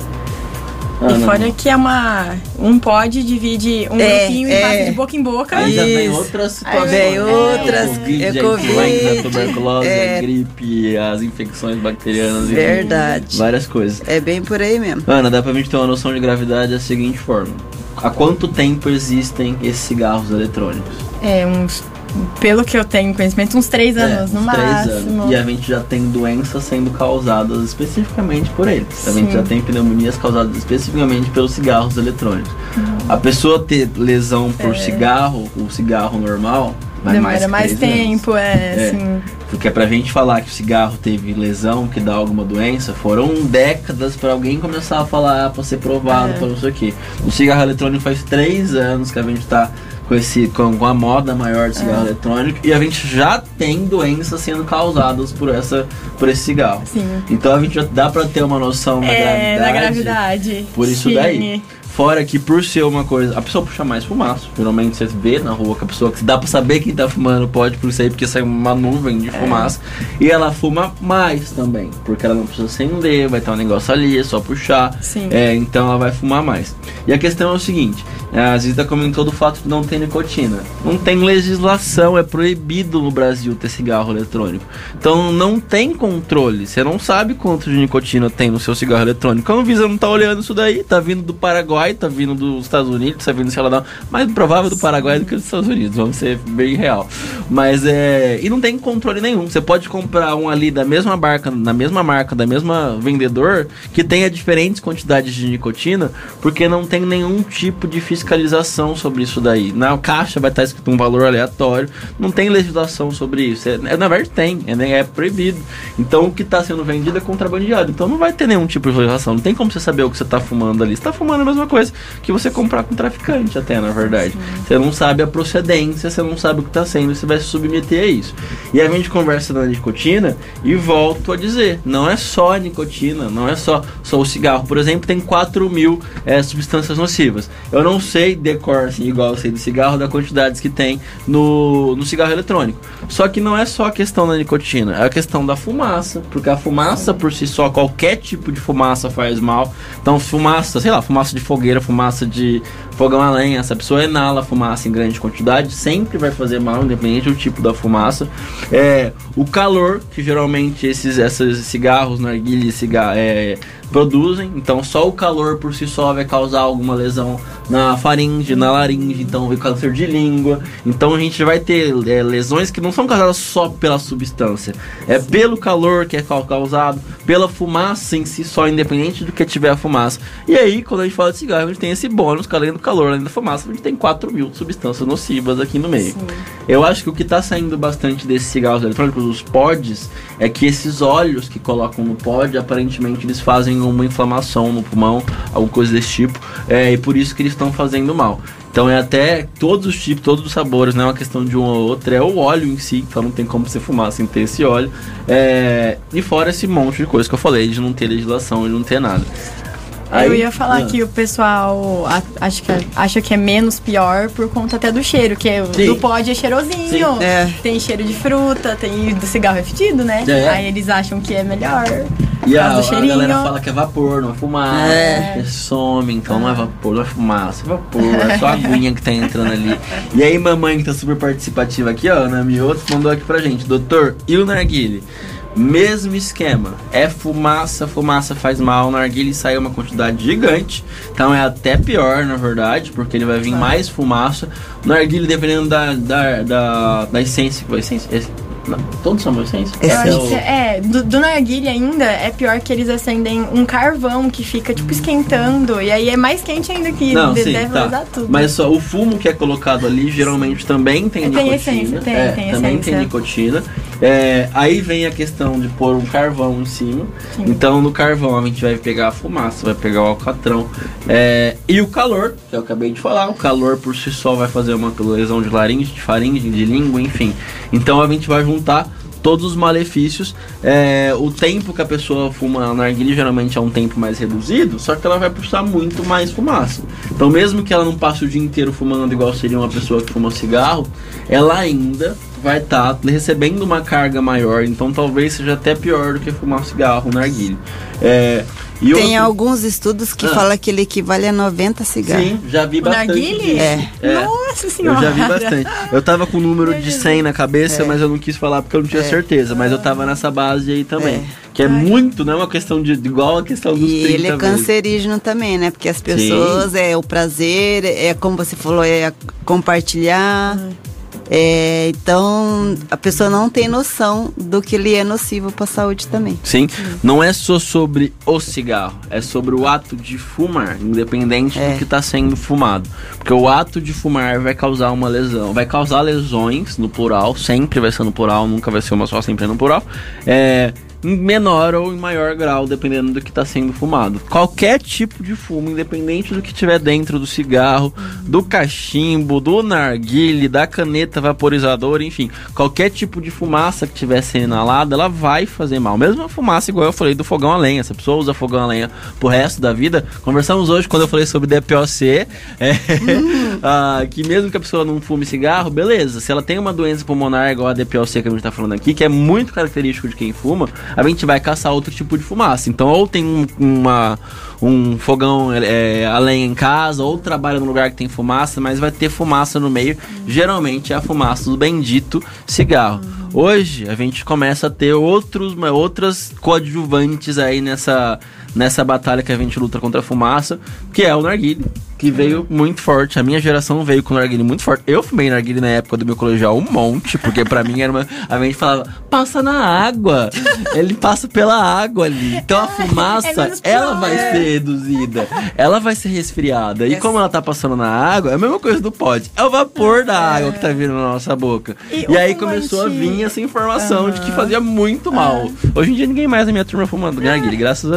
Ah, E não. fora que é uma... Um pod divide um É, grupinho e é. passa de boca em boca. Aí já vem Isso. outras situações. vem né? outras, O Covid, é a Covid, influenza, a tuberculose, é. a gripe, as infecções bacterianas, enfim, Verdade. várias coisas. É bem por aí mesmo. Ana, dá pra gente ter uma noção de gravidade da seguinte forma. Há quanto tempo existem esses cigarros eletrônicos? É, uns... Pelo que eu tenho conhecimento, uns três anos, É, no uns três máximo. anos. E a gente já tem doenças sendo causadas especificamente por eles. A gente Sim. já tem pneumonias causadas especificamente pelos cigarros eletrônicos. Uhum. A pessoa ter lesão por É. cigarro, o cigarro normal, vai Demora mais, mais, que três anos. tempo, é, É. assim... Porque pra gente falar que o cigarro teve lesão, que dá alguma doença, foram décadas pra alguém começar a falar, pra ser provado, É. pra não sei o quê. O cigarro eletrônico faz três anos que a gente tá com, esse, com, com a moda maior de cigarro É. eletrônico e a gente já tem doenças sendo causadas por, essa, por esse cigarro. Sim. Então a gente já dá pra ter uma noção da É, gravidade. da gravidade. Por isso Sim. daí. Fora que por ser uma coisa, a pessoa puxa mais fumaça. Geralmente você vê na rua que a pessoa, que dá pra saber quem tá fumando pode por isso aí, porque sai uma nuvem de fumaça. E ela fuma mais também, porque ela não precisa acender, vai ter um negócio ali, é só puxar. Sim. É, então ela vai fumar mais. E a questão é o seguinte, a Zita comentou do fato de não ter nicotina. Não tem legislação, é proibido no Brasil ter cigarro eletrônico. Então não tem controle, você não sabe quanto de nicotina tem no seu cigarro eletrônico. A Anvisa não tá olhando isso daí, tá vindo do Paraguai, tá vindo dos Estados Unidos, tá vindo, sei lá, não. Mais provável do Paraguai do que dos Estados Unidos, vamos ser bem real. Mas é... E não tem controle nenhum. Você pode comprar um ali da mesma marca, na mesma marca, da mesma vendedor, que tenha diferentes quantidades de nicotina, porque não tem nenhum tipo de fiscalização sobre isso daí. Na caixa vai estar escrito um valor aleatório, não tem legislação sobre isso. É, na verdade tem, é, é proibido. Então o que está sendo vendido é contrabandeado. Então não vai ter nenhum tipo de legislação. Não tem como você saber o que você está fumando ali. Você está fumando a mesma coisa que você comprar com traficante até, na verdade. Sim. Você não sabe a procedência, você não sabe o que está sendo, você vai se submeter a isso. E a gente conversa da nicotina e volto a dizer, não é só a nicotina, não é só, só o cigarro. Por exemplo, tem quatro mil é, substâncias nocivas. Eu não sei sei decor, assim, igual eu sei do cigarro, da quantidades que tem no, no cigarro eletrônico. Só que não é só a questão da nicotina, é a questão da fumaça, porque a fumaça por si só, qualquer tipo de fumaça faz mal. Então fumaça, sei lá, fumaça de fogueira, fumaça de fogão a lenha, essa pessoa inala fumaça em grande quantidade, sempre vai fazer mal, independente do tipo da fumaça. É, o calor, que geralmente esses, esses cigarros, narguilé, cigarro, é, produzem, então só o calor por si só vai causar alguma lesão na faringe, na laringe, então vai câncer de língua. Então a gente vai ter é, lesões que não são causadas só pela substância, é pelo calor que é causado, pela fumaça em si só, independente do que tiver a fumaça. E aí, quando a gente fala de cigarro, a gente tem esse bônus, que além do calor, além da fumaça, a gente tem quatro mil substâncias nocivas aqui no meio. Sim. Eu acho que o que está saindo bastante desses cigarros eletrônicos, os pods, é que esses óleos que colocam no pod, aparentemente eles fazem uma inflamação no pulmão, alguma coisa desse tipo, é, e por isso que eles estão fazendo mal. Então é até todos os tipos, todos os sabores, não é uma questão de um ou outro, é o óleo em si, então não tem como você fumar sem ter esse óleo. É, e fora esse monte de coisa que eu falei, de não ter legislação e não ter nada. Aí, eu ia falar ah. que o pessoal a, acho que, acha que é menos pior por conta até do cheiro, que é, do pod é cheirosinho, é. Tem cheiro de fruta, tem do cigarro é fedido, né? É. Aí eles acham que é melhor. E a, a galera fala que é vapor, não é fumaça, é. é some, então não é vapor, não é fumaça, é vapor, é só a aguinha que tá entrando ali. E aí mamãe que tá super participativa aqui, ó, Ana Mioto, mandou aqui pra gente, doutor, e o narguilé? Mesmo esquema, é fumaça, fumaça faz mal, o narguilé sai uma quantidade gigante, então é até pior na verdade, porque ele vai vir mais fumaça. O narguilé, dependendo da, da, da, da essência, a essência é, não, todos são essência? Eu acho que é, do, do narguilé ainda é pior que eles acendem um carvão que fica tipo esquentando, e aí é mais quente ainda que não, deve sim, tá. usar tudo. Mas só o fumo que é colocado ali geralmente também tem, tem nicotina. Essência, tem, é, tem também essência. tem nicotina. É, aí vem a questão de pôr um carvão em cima. Sim. Então no carvão a gente vai pegar a fumaça, vai pegar o alcatrão. É, e o calor, que eu acabei de falar, o calor por si só vai fazer uma lesão de laringe, de faringe, de língua, enfim. Então a gente vai juntar todos os malefícios. É, o tempo que a pessoa fuma narguilé geralmente é um tempo mais reduzido, só que ela vai puxar muito mais fumaça. Então mesmo que ela não passe o dia inteiro fumando igual seria uma pessoa que fuma cigarro, ela ainda vai estar tá recebendo uma carga maior, então talvez seja até pior do que fumar um cigarro, um narguilé. É, e tem outro... alguns estudos que ah. falam que ele equivale a noventa cigarros. Sim, já vi o bastante narguilé? É. é. Nossa senhora! Eu já vi bastante. Eu tava com o número de cem na cabeça, é. mas eu não quis falar porque eu não tinha é. certeza, mas eu tava nessa base aí também. É. Que é Ai. muito, não é uma questão de igual a questão dos e trinta ele é cancerígeno também, né? Porque as pessoas, Sim. é o prazer, é como você falou, é compartilhar. Ai. É, então a pessoa não tem noção do que ele é nocivo para a saúde também. Sim, não é só sobre o cigarro, é sobre o ato de fumar, independente é. do que está sendo fumado. Porque o ato de fumar vai causar uma lesão, vai causar lesões no plural, sempre vai ser no plural, nunca vai ser uma só, sempre é no plural. É, em menor ou em maior grau, dependendo do que está sendo fumado. Qualquer tipo de fumo, independente do que tiver dentro do cigarro, do cachimbo, do narguilé, da caneta vaporizadora, enfim, qualquer tipo de fumaça que tiver sendo inalada, ela vai fazer mal. Mesmo a fumaça, igual eu falei, do fogão a lenha. Se a pessoa usa fogão a lenha pro resto da vida, conversamos hoje quando eu falei sobre D P O C, é, hum. ah, que mesmo que a pessoa não fume cigarro, beleza, se ela tem uma doença pulmonar igual a D P O C que a gente tá falando aqui, que é muito característico de quem fuma, a gente vai caçar outro tipo de fumaça. Então, ou tem um, uma, um fogão é, a lenha em casa, ou trabalha num lugar que tem fumaça, mas vai ter fumaça no meio. Geralmente é a fumaça do bendito cigarro. Hoje, a gente começa a ter outros, outras coadjuvantes aí nessa, nessa batalha que a gente luta contra a fumaça, que é o narguilé, que veio muito forte. A minha geração veio com o narguilé muito forte. Eu fumei narguilé na época do meu colegial um monte, porque pra mim era uma... A gente falava, passa na água. Ele passa pela água ali. Então a fumaça, é ela vai ser reduzida. Ela vai ser resfriada. E como ela tá passando na água, é a mesma coisa do pod. É o vapor da água que tá vindo na nossa boca. E, e aí começou a vir essa informação uhum. de que fazia muito mal. Hoje em dia ninguém mais na minha turma fumando narguilé, graças a Deus.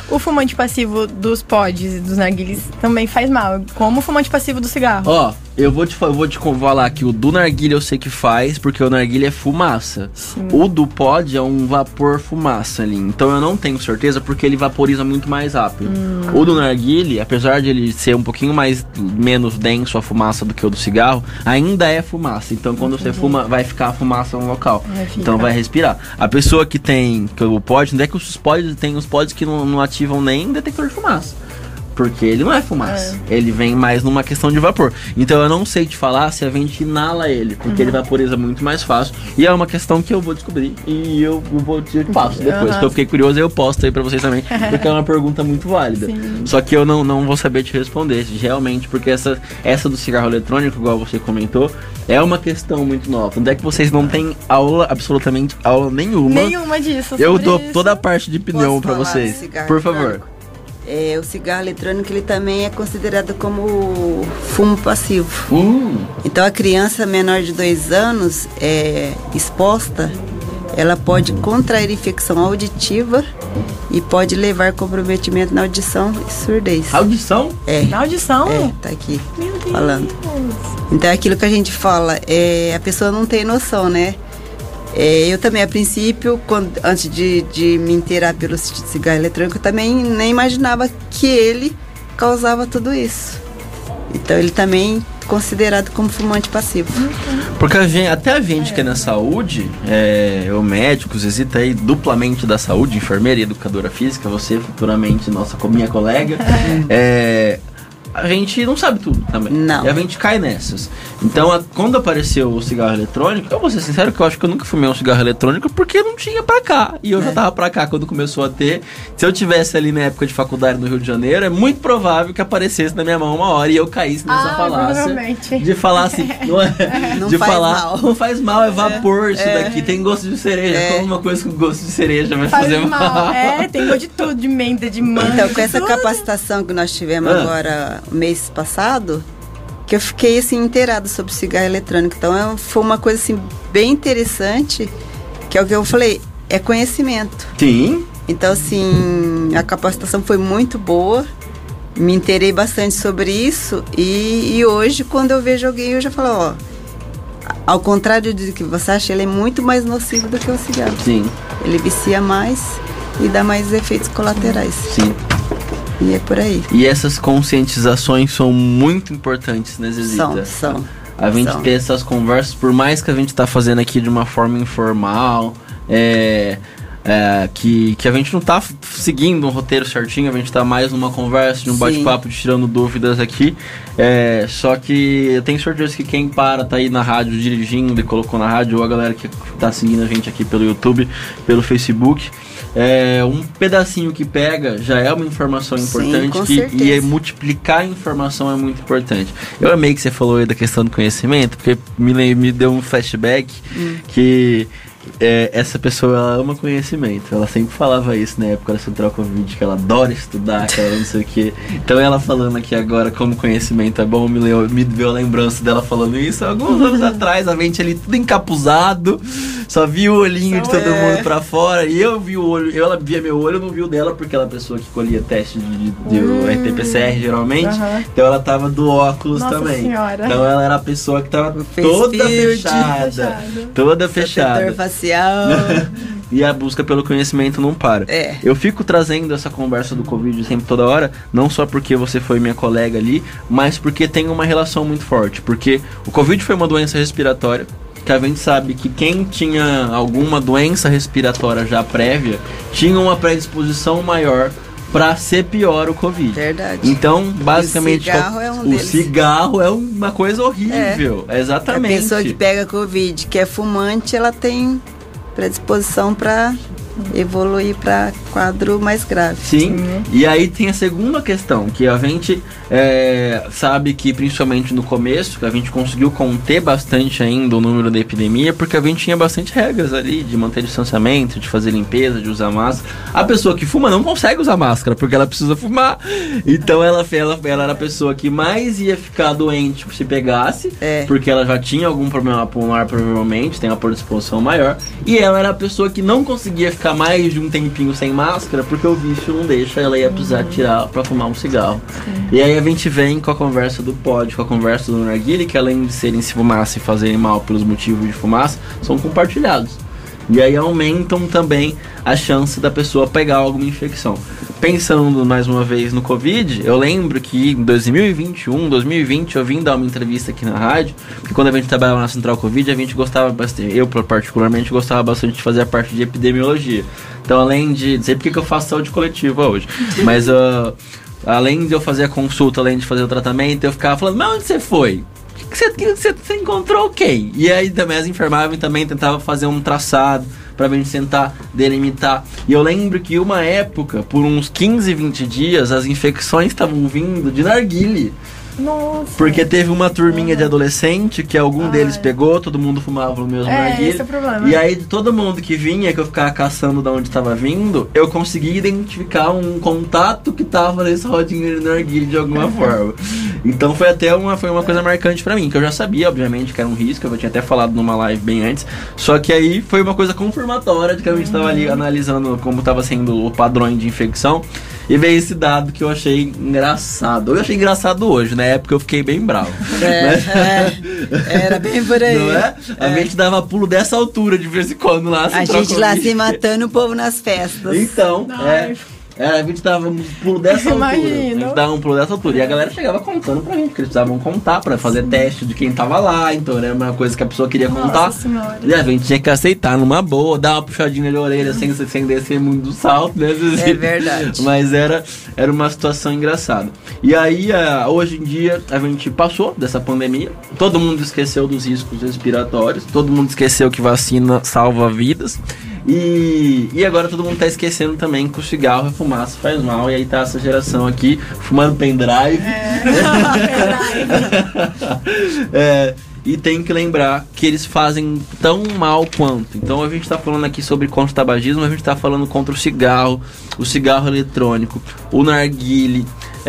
O fumante passivo dos pods e dos narguilés também faz mal, como o fumante passivo do cigarro. Ó, eu vou te, eu vou te falar que o do narguilé eu sei que faz, porque o narguilé é fumaça. Sim. O do pod é um vapor fumaça ali. Então eu não tenho certeza, porque ele vaporiza muito mais rápido. Hum. O do narguilé, apesar de ele ser um pouquinho mais menos denso a fumaça do que o do cigarro, ainda é fumaça. Então quando Entendi. Você fuma, vai ficar a fumaça no local. Vai então vai respirar. A pessoa que tem que o pod, não é que os pods tem os pods que não, não ativam nem detector de fumaça. Porque ele não é fumaça, é. Ele vem mais numa questão de vapor. Então eu não sei te falar se a gente inala ele, porque uhum. ele vaporiza muito mais fácil. E é uma questão que eu vou descobrir e eu vou te passo depois. Uhum. Porque eu fiquei curioso e eu posto aí pra vocês também, porque é uma pergunta muito válida. Sim. Só que eu não, não vou saber te responder, realmente, porque essa, essa do cigarro eletrônico, igual você comentou, é uma questão muito nova. Onde é que vocês não têm aula, absolutamente aula nenhuma? Nenhuma disso. Eu dou isso. Toda a parte de pneu pra vocês. Por favor. Eletrônico? É, o cigarro eletrônico ele também é considerado como fumo passivo. Hum. Então a criança menor de dois anos é, exposta, ela pode contrair infecção auditiva e pode levar comprometimento na audição e surdez. Audição? É. Na audição? É, tá aqui falando. Então é aquilo que a gente fala, é, a pessoa não tem noção, né? É, eu também, a princípio, quando, antes de, de me inteirar pelo cigarro eletrônico, eu também nem imaginava que ele causava tudo isso. Então ele também é considerado como fumante passivo. Porque a gente, até a gente que é na saúde, é, o médico, Zezita aí, duplamente da saúde, enfermeira e educadora física, você futuramente nossa minha colega, é... a gente não sabe tudo também. Não. E a gente cai nessas. Então, a, quando apareceu o cigarro eletrônico, eu vou ser sincero que eu acho que eu nunca fumei um cigarro eletrônico porque não tinha pra cá. E eu é. já tava pra cá quando começou a ter. Se eu tivesse ali na época de faculdade no Rio de Janeiro, é muito provável que aparecesse na minha mão uma hora e eu caísse nessa ah, falácia de falar assim, não é? Não de faz falar, mal. Não faz mal, é vapor, é. isso É. daqui tem gosto de cereja. É. Como uma coisa com gosto de cereja vai faz fazer mal. mal. É, tem gosto de tudo, de menta, de manga. Então, com essa tudo. capacitação que nós tivemos Ah. agora, mês passado, que eu fiquei assim inteirada sobre cigarro eletrônico. Então é, foi uma coisa assim bem interessante, que é o que eu falei, é conhecimento. Sim. Então assim, a capacitação foi muito boa, me inteirei bastante sobre isso e, e hoje quando eu vejo alguém eu já falo, ó, ao contrário do que você acha, ele é muito mais nocivo do que o cigarro. Sim. Ele vicia mais e dá mais efeitos colaterais. Sim. E é por aí. E essas conscientizações são muito importantes, né, Zezita? São, são. A gente são. ter essas conversas, por mais que a gente tá fazendo aqui de uma forma informal, é, é, que, que a gente não tá seguindo um roteiro certinho, a gente tá mais numa conversa, de um Sim. bate-papo, de tirando dúvidas aqui. É, só que eu tenho certeza que quem para, tá aí na rádio dirigindo e colocou na rádio, ou a galera que tá seguindo a gente aqui pelo YouTube, pelo Facebook, é, um pedacinho que pega já é uma informação importante. Sim, com que, certeza. e é multiplicar a informação é muito importante. Eu amei que você falou aí da questão do conhecimento, porque me, me deu um flashback hum. que é, essa pessoa ela ama conhecimento. Ela sempre falava isso na época da Central Covid, que ela adora estudar, que ela não sei o que. Então ela falando aqui agora como conhecimento é bom, me, leu, me deu a lembrança dela falando isso alguns anos atrás, a gente ali tudo encapuzado, só via o olhinho de todo é. mundo pra fora, e eu vi o olho, eu, ela via meu olho, eu não vi o dela, porque ela é a pessoa que colhia teste de, de, de hum. R T P C R geralmente, uhum. então ela tava do óculos Nossa também. Senhora. Então ela era a pessoa que tava toda fechada, fechado. toda fechada. Facial. E a busca pelo conhecimento não para. É. Eu fico trazendo essa conversa do Covid sempre toda hora, não só porque você foi minha colega ali, mas porque tem uma relação muito forte. Porque o Covid foi uma doença respiratória, que a gente sabe que quem tinha alguma doença respiratória já prévia, tinha uma predisposição maior pra ser pior o Covid. Verdade. Então, basicamente, o cigarro é um o deles. cigarro é uma coisa horrível. É. Exatamente. A pessoa que pega Covid, que é fumante, ela tem predisposição para evoluir para quadro mais grave. Sim. Uhum. E aí tem a segunda questão, que a gente é, sabe que principalmente no começo, que a gente conseguiu conter bastante ainda o número da epidemia, porque a gente tinha bastante regras ali de manter distanciamento, de fazer limpeza, de usar máscara. A pessoa que fuma não consegue usar máscara, porque ela precisa fumar. Então ela, ela, ela era a pessoa que mais ia ficar doente se pegasse, é. porque ela já tinha algum problema pulmonar, provavelmente, tem uma predisposição maior, e ela era a pessoa que não conseguia ficar ficar mais de um tempinho sem máscara, porque o vício não deixa, ela ia precisar tirar pra fumar um cigarro. Sim. E aí a gente vem com a conversa do pod, com a conversa do narguilé, que além de serem se fumaça e fazerem mal pelos motivos de fumaça, são compartilhados. E aí aumentam também a chance da pessoa pegar alguma infecção. Pensando mais uma vez no Covid, eu lembro que em dois mil e vinte e um, dois mil e vinte, eu vim dar uma entrevista aqui na rádio, porque quando a gente trabalhava na Central Covid, a gente gostava bastante, eu particularmente gostava bastante de fazer a parte de epidemiologia. Então, além de, não sei porque que eu faço saúde coletiva hoje, mas uh, além de eu fazer a consulta, além de fazer o tratamento, eu ficava falando, mas onde você foi? Que você, que você, você encontrou quem? E aí também as enfermagens também tentavam fazer um traçado pra gente tentar delimitar. E eu lembro que uma época, por uns quinze, vinte dias, as infecções estavam vindo de narguilé. Nossa. Porque teve uma turminha uhum. de adolescente que algum ah, deles é. pegou, todo mundo fumava o mesmo é, narguilé. Esse é o problema. E aí todo mundo que vinha, que eu ficava caçando de onde estava vindo, eu consegui identificar um contato que tava nesse rodinho de narguilé de alguma uhum. forma. Então foi até uma, foi uma coisa marcante pra mim, que eu já sabia, obviamente, que era um risco, eu tinha até falado numa live bem antes, só que aí foi uma coisa confirmatória de que a gente estava ali analisando como estava sendo o padrão de infecção. E veio esse dado que eu achei engraçado. Eu achei engraçado hoje, na época eu fiquei bem bravo. É, Mas... é, era bem por aí. Não é? A é. gente dava pulo dessa altura de vez em quando lá. A gente lá se matando, o povo nas festas. Então, é... É, a gente dava um pulo dessa altura. Imagino. A gente dava um pulo dessa altura. E a galera chegava contando pra gente, que eles precisavam contar pra fazer Sim. teste de quem tava lá. Então era uma coisa que a pessoa queria Nossa contar. Senhora. E a gente tinha que aceitar numa boa, dar uma puxadinha de orelha sem, sem descer muito do salto, né? É verdade. Mas era, era uma situação engraçada. E aí, hoje em dia, a gente passou dessa pandemia. Todo mundo esqueceu dos riscos respiratórios. Todo mundo esqueceu que vacina salva vidas. E, e agora todo mundo tá esquecendo também que o cigarro e a fumaça faz mal. E aí tá essa geração aqui fumando pendrive. É, é, e tem que lembrar que eles fazem tão mal quanto. Então a gente tá falando aqui sobre contra o tabagismo, a gente tá falando contra o cigarro, o cigarro eletrônico, o narguilé,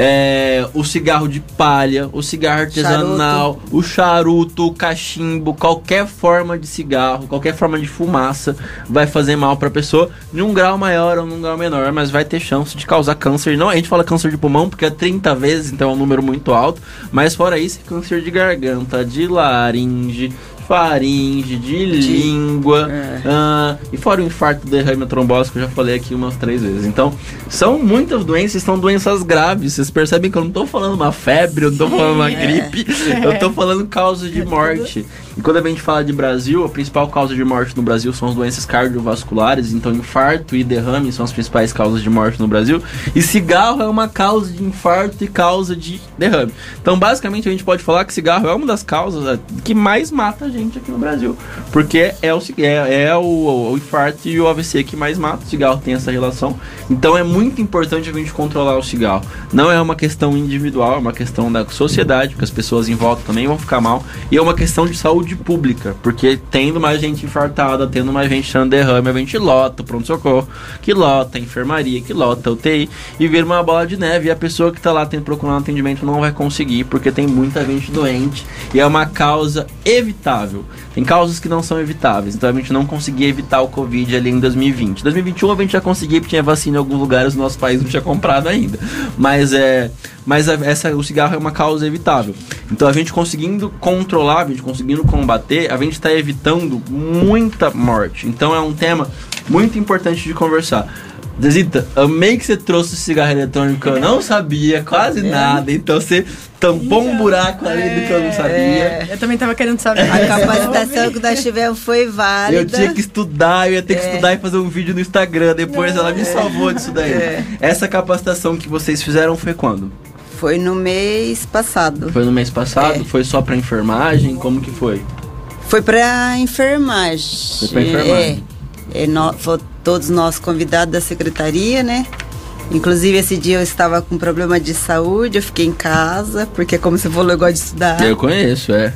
é, o cigarro de palha, o cigarro artesanal, charuto. o charuto, o cachimbo, qualquer forma de cigarro, qualquer forma de fumaça vai fazer mal pra pessoa, de um grau maior ou num grau menor, mas vai ter chance de causar câncer. Não, a gente fala câncer de pulmão porque é trinta vezes, então é um número muito alto, mas fora isso, é câncer de garganta, de laringe, faringe, de língua, é. uh, e fora o infarto, derrame, a trombose, que eu já falei aqui umas três vezes. Então, são muitas doenças, são doenças graves. Vocês percebem que eu não tô falando uma febre, eu não tô Sim, falando uma é. gripe, é. eu tô falando causa de morte. E quando a gente fala de Brasil, a principal causa de morte no Brasil são as doenças cardiovasculares, então infarto e derrame são as principais causas de morte no Brasil, e cigarro é uma causa de infarto e causa de derrame. Então, basicamente, a gente pode falar que cigarro é uma das causas que mais mata a gente aqui no Brasil, porque é o, é, é o, o infarto e o A V C que mais mata. O cigarro tem essa relação, então é muito importante a gente controlar o cigarro. Não é uma questão individual, é uma questão da sociedade, porque as pessoas em volta também vão ficar mal, e é uma questão de saúde pública, porque tendo mais gente infartada, tendo mais gente tendo derrame, a gente lota o pronto-socorro, que lota a enfermaria, que lota a U T I, e vira uma bola de neve, e a pessoa que tá lá tendo procurando atendimento não vai conseguir, porque tem muita gente doente, e é uma causa evitável. Tem causas que não são evitáveis, então a gente não conseguia evitar o Covid ali em dois mil e vinte. dois mil e vinte e um a gente já conseguia, porque tinha vacina em alguns lugares, o nosso país não tinha comprado ainda, mas é... Mas essa, o cigarro é uma causa evitável. Então a gente conseguindo controlar, a gente conseguindo combater, a gente está evitando muita morte. Então é um tema muito importante de conversar. Zezita, amei que você trouxe o cigarro eletrônico, eu não sabia quase é. nada, então você tampou um buraco ali é, do que eu não sabia. É. Eu também tava querendo saber. A capacitação que nós tivemos foi válida. Eu tinha que estudar, eu ia ter que é. estudar e fazer um vídeo no Instagram, depois não, ela me é. salvou disso daí. É. Essa capacitação que vocês fizeram foi quando? Foi no mês passado. Foi no mês passado? É. Foi só pra enfermagem? Como que foi? Foi pra enfermagem. Foi pra enfermagem. É, é no, foi todos nós convidados da secretaria, né? Inclusive, esse dia eu estava com problema de saúde, eu fiquei em casa, porque como você falou, eu gosto de estudar. Eu conheço, é.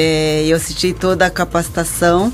é eu assisti toda a capacitação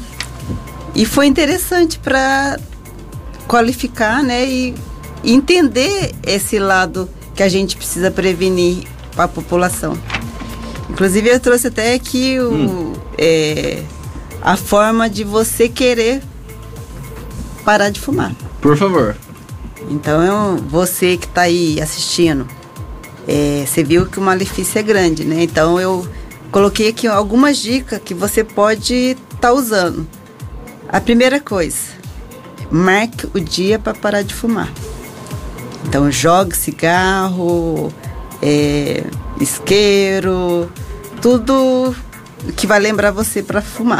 e foi interessante para qualificar, né? E entender esse lado que a gente precisa prevenir para a população. Inclusive, eu trouxe até aqui o, hum. é, a forma de você querer parar de fumar. Por favor. Então, eu, você que está aí assistindo, é, você viu que o malefício é grande, né? Então, eu coloquei aqui algumas dicas que você pode estar tá usando. A primeira coisa, marque o dia para parar de fumar. Então, jogue cigarro, é, isqueiro, tudo que vai lembrar você para fumar.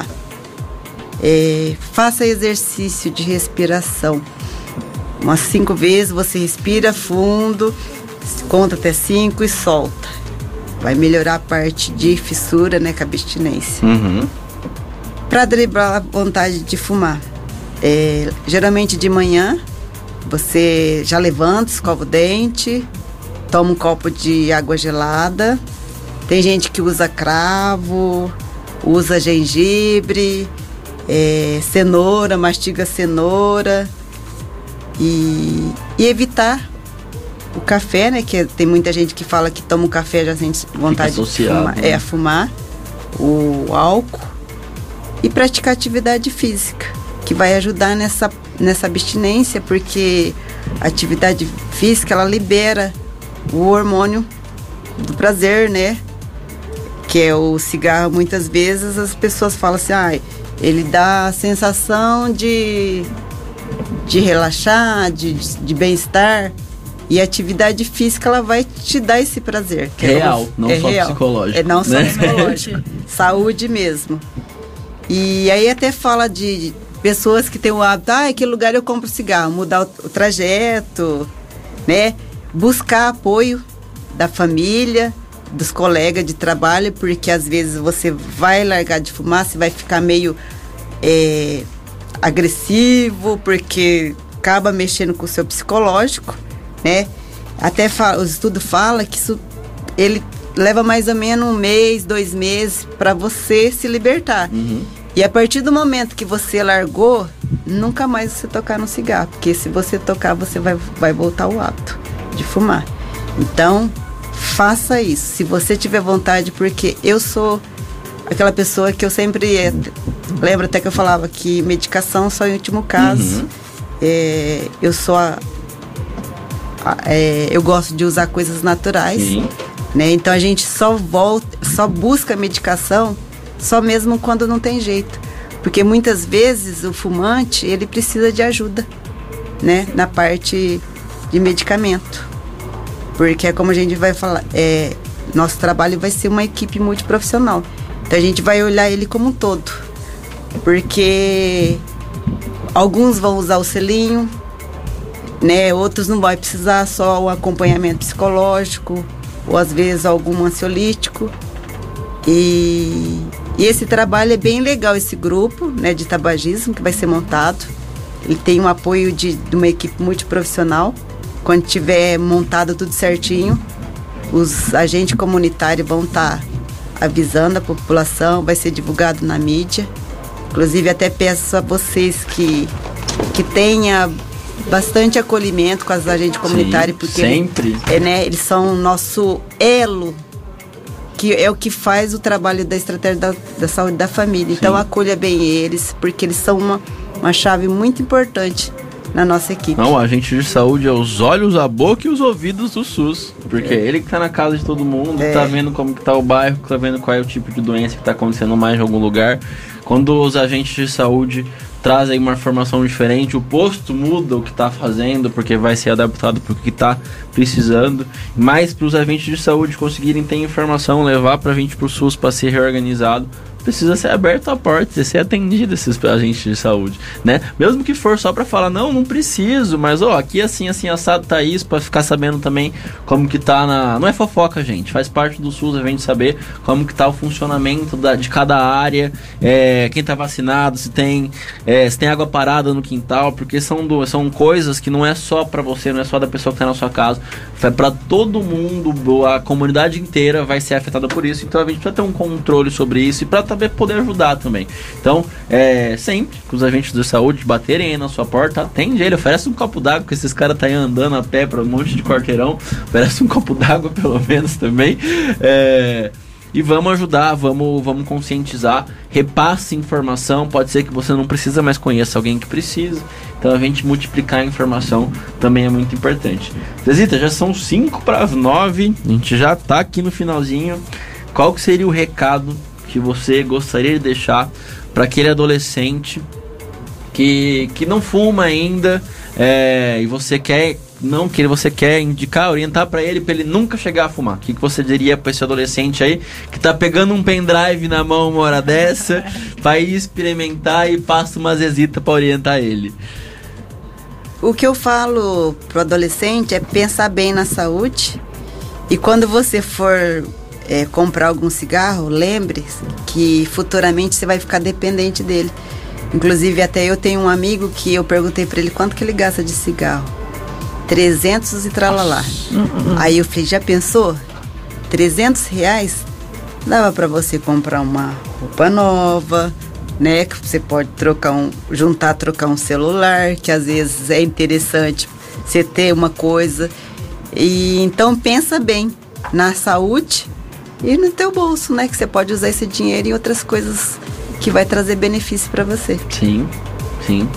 É, faça exercício de respiração. Umas cinco vezes você respira fundo, conta até cinco e solta. Vai melhorar a parte de fissura, né, com a abstinência. Uhum. Para driblar a vontade de fumar, é, geralmente de manhã, você já levanta, escova o dente, toma um copo de água gelada. Tem gente que usa cravo, usa gengibre, é, cenoura, mastiga cenoura. E, e evitar o café, né? Que tem muita gente que fala que toma um café já sente vontade de fumar, né? é, fumar. O álcool. E praticar atividade física, que vai ajudar nessa, nessa abstinência, porque a atividade física, ela libera o hormônio do prazer, né? Que é o cigarro. Muitas vezes as pessoas falam assim, ah, ele dá a sensação de... de relaxar, de, de bem-estar. E a atividade física, ela vai te dar esse prazer. Que real, é, não é só real. psicológico. É não só né? psicológico. Saúde mesmo. E aí até fala de, de pessoas que têm o hábito, ah, aquele lugar eu compro cigarro, mudar o, o trajeto, né? Buscar apoio da família, dos colegas de trabalho, porque às vezes você vai largar de fumar, você vai ficar meio... É, agressivo, porque acaba mexendo com o seu psicológico, né? Até fala, o estudo fala que isso ele leva mais ou menos um mês, dois meses para você se libertar. Uhum. E a partir do momento que você largou, nunca mais você tocar no cigarro, porque se você tocar, você vai, vai voltar ao hábito de fumar. Então, faça isso. Se você tiver vontade, porque eu sou aquela pessoa que eu sempre... É, lembro até que eu falava que medicação só em último caso. Uhum. É, eu sou a, a, é, eu gosto de usar coisas naturais. Sim. Né? Então a gente só volta, só busca medicação só mesmo quando não tem jeito. Porque muitas vezes o fumante, ele precisa de ajuda, né? Na parte de medicamento. Porque é como a gente vai falar, é, nosso trabalho vai ser uma equipe multiprofissional. Então a gente vai olhar ele como um todo. Porque alguns vão usar o selinho, né? Outros não vai precisar só o acompanhamento psicológico, ou às vezes algum ansiolítico. E, e esse trabalho é bem legal, esse grupo, né, de tabagismo que vai ser montado. Ele tem um apoio de, de uma equipe multiprofissional. Quando tiver montado tudo certinho, os agentes comunitários vão estar avisando a população, vai ser divulgado na mídia. Inclusive, até peço a vocês que, que tenha bastante acolhimento com as agentes comunitárias, porque sempre. Ele, é, né, eles são o nosso elo, que é o que faz o trabalho da estratégia da, da saúde da família. Sim. Então, acolha bem eles, porque eles são uma, uma chave muito importante na nossa equipe. Não, o agente de saúde é os olhos, a boca e os ouvidos do SUS. Porque é ele que tá na casa de todo mundo, é. tá vendo como que tá o bairro, tá vendo qual é o tipo de doença que tá acontecendo mais em algum lugar. Quando os agentes de saúde trazem uma informação diferente, o posto muda o que tá fazendo, porque vai ser adaptado para o que tá precisando. Mas para os agentes de saúde conseguirem ter informação, levar para a gente pro SUS para ser reorganizado, precisa ser aberto a porta, ser atendido esses agentes de saúde, né? Mesmo que for só para falar, não, não preciso, mas ó, aqui assim, assim, assado tá isso, para ficar sabendo também como que tá na... Não é fofoca, gente, faz parte do SUS a gente saber como que tá o funcionamento da, de cada área, é, quem tá vacinado, se tem, é, se tem água parada no quintal, porque são, do, são coisas que não é só para você, não é só da pessoa que tá na sua casa, é para todo mundo, a comunidade inteira vai ser afetada por isso, então a gente precisa ter um controle sobre isso e para poder ajudar também. Então, é, sempre que os agentes de saúde baterem aí na sua porta, atende ele, oferece um copo d'água, porque esses caras tá aí andando a pé para um monte de quarteirão, oferece um copo d'água pelo menos também. É, e vamos ajudar, vamos, vamos conscientizar, repasse informação, pode ser que você não precisa, mas conheça alguém que precisa, então a gente multiplicar a informação também é muito importante. Zezita, já são cinco para as nove, a gente já tá aqui no finalzinho, qual que seria o recado que você gostaria de deixar para aquele adolescente que, que não fuma ainda, é, e você quer não que você quer indicar, orientar para ele, para ele nunca chegar a fumar? O que, que você diria para esse adolescente aí que tá pegando um pendrive na mão uma hora dessa, vai experimentar e passa uma Zezita para orientar ele? O que eu falo pro adolescente é pensar bem na saúde, e quando você for é, comprar algum cigarro, lembre que futuramente você vai ficar dependente dele. Inclusive até eu tenho um amigo que eu perguntei para ele quanto que ele gasta de cigarro. trezentos e tralalá. Uhum. Aí eu falei, já pensou? trezentos reais? Dava para você comprar uma roupa nova, né? Que você pode trocar um, juntar, trocar um celular, que às vezes é interessante você ter uma coisa. E então pensa bem na saúde e no teu bolso, né? Que você pode usar esse dinheiro em outras coisas que vai trazer benefício para você. Sim, sim.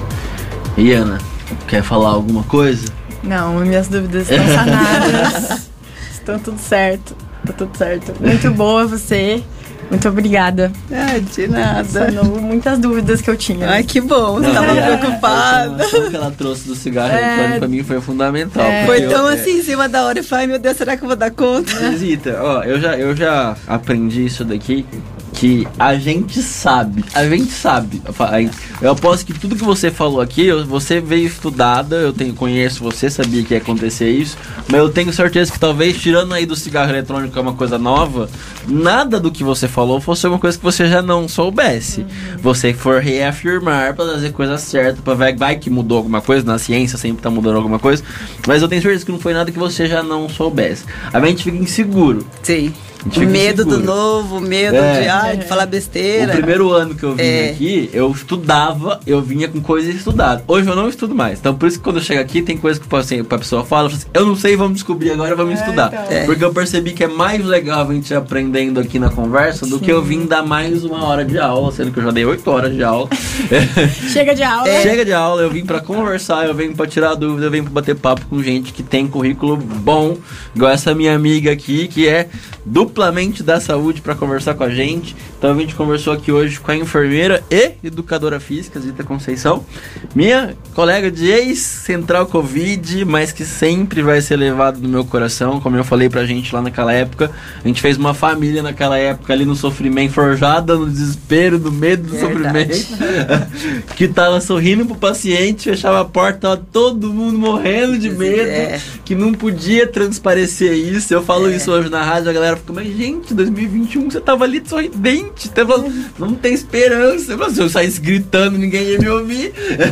E Ana, quer falar alguma coisa? Não, minhas dúvidas estão sanadas. Estão tudo certo. Tá tudo certo. Muito boa você. Muito obrigada. Ah, de nada. Sanou muitas dúvidas que eu tinha. Ai, que bom. Você estava é, preocupada. A informação que ela trouxe do cigarro é, eletrônico pra mim foi fundamental. É, foi tão eu, assim, é, em cima da hora. Eu falei, meu Deus, será que eu vou dar conta? Zezita, ó, eu já, eu já aprendi isso daqui, que a gente sabe, a gente sabe. Eu aposto que tudo que você falou aqui, você veio estudada, eu tenho, conheço você, sabia que ia acontecer isso, mas eu tenho certeza que talvez, tirando aí do cigarro eletrônico, que é uma coisa nova, nada do que você falou fosse uma coisa que você já não soubesse. Uhum. Você for reafirmar pra trazer coisa certa, pra ver, vai que mudou alguma coisa, na ciência sempre tá mudando alguma coisa, mas eu tenho certeza que não foi nada que você já não soubesse. A gente fica inseguro. Sim. O medo inseguro. do novo, o medo é. de, ah, de falar besteira. O primeiro ano que eu vim é. aqui, eu estudava, eu vinha com coisas estudadas. Hoje eu não estudo mais. Então por isso que quando eu chego aqui, tem coisa que assim, a pessoa fala, eu, falo assim, eu não sei, vamos descobrir agora, vamos é, estudar. Então. É. Porque eu percebi que é mais legal a gente ir aprendendo aqui na conversa do Sim. que eu vim dar mais uma hora de aula, sendo que eu já dei oito horas de aula. Chega de aula. É. Chega de aula, eu vim pra conversar, eu venho pra tirar dúvida, eu venho pra bater papo com gente que tem currículo bom, igual essa minha amiga aqui, que é duplamente da saúde para conversar com a gente. Então a gente conversou aqui hoje com a enfermeira e educadora física, Zezita Conceição, minha colega de ex-Central Covid, mas que sempre vai ser levado no meu coração, como eu falei pra gente lá naquela época. A gente fez uma família naquela época ali no sofrimento, forjada no desespero, no medo do Verdade. sofrimento, que tava sorrindo pro paciente, fechava a porta, tava todo mundo morrendo de medo, é. que não podia transparecer isso. Eu falo é. isso hoje na rádio, a galera fica, mas gente, dois mil e vinte e um você tava ali sorridente, tava, não tem esperança. Mas se eu saísse gritando, ninguém ia me ouvir.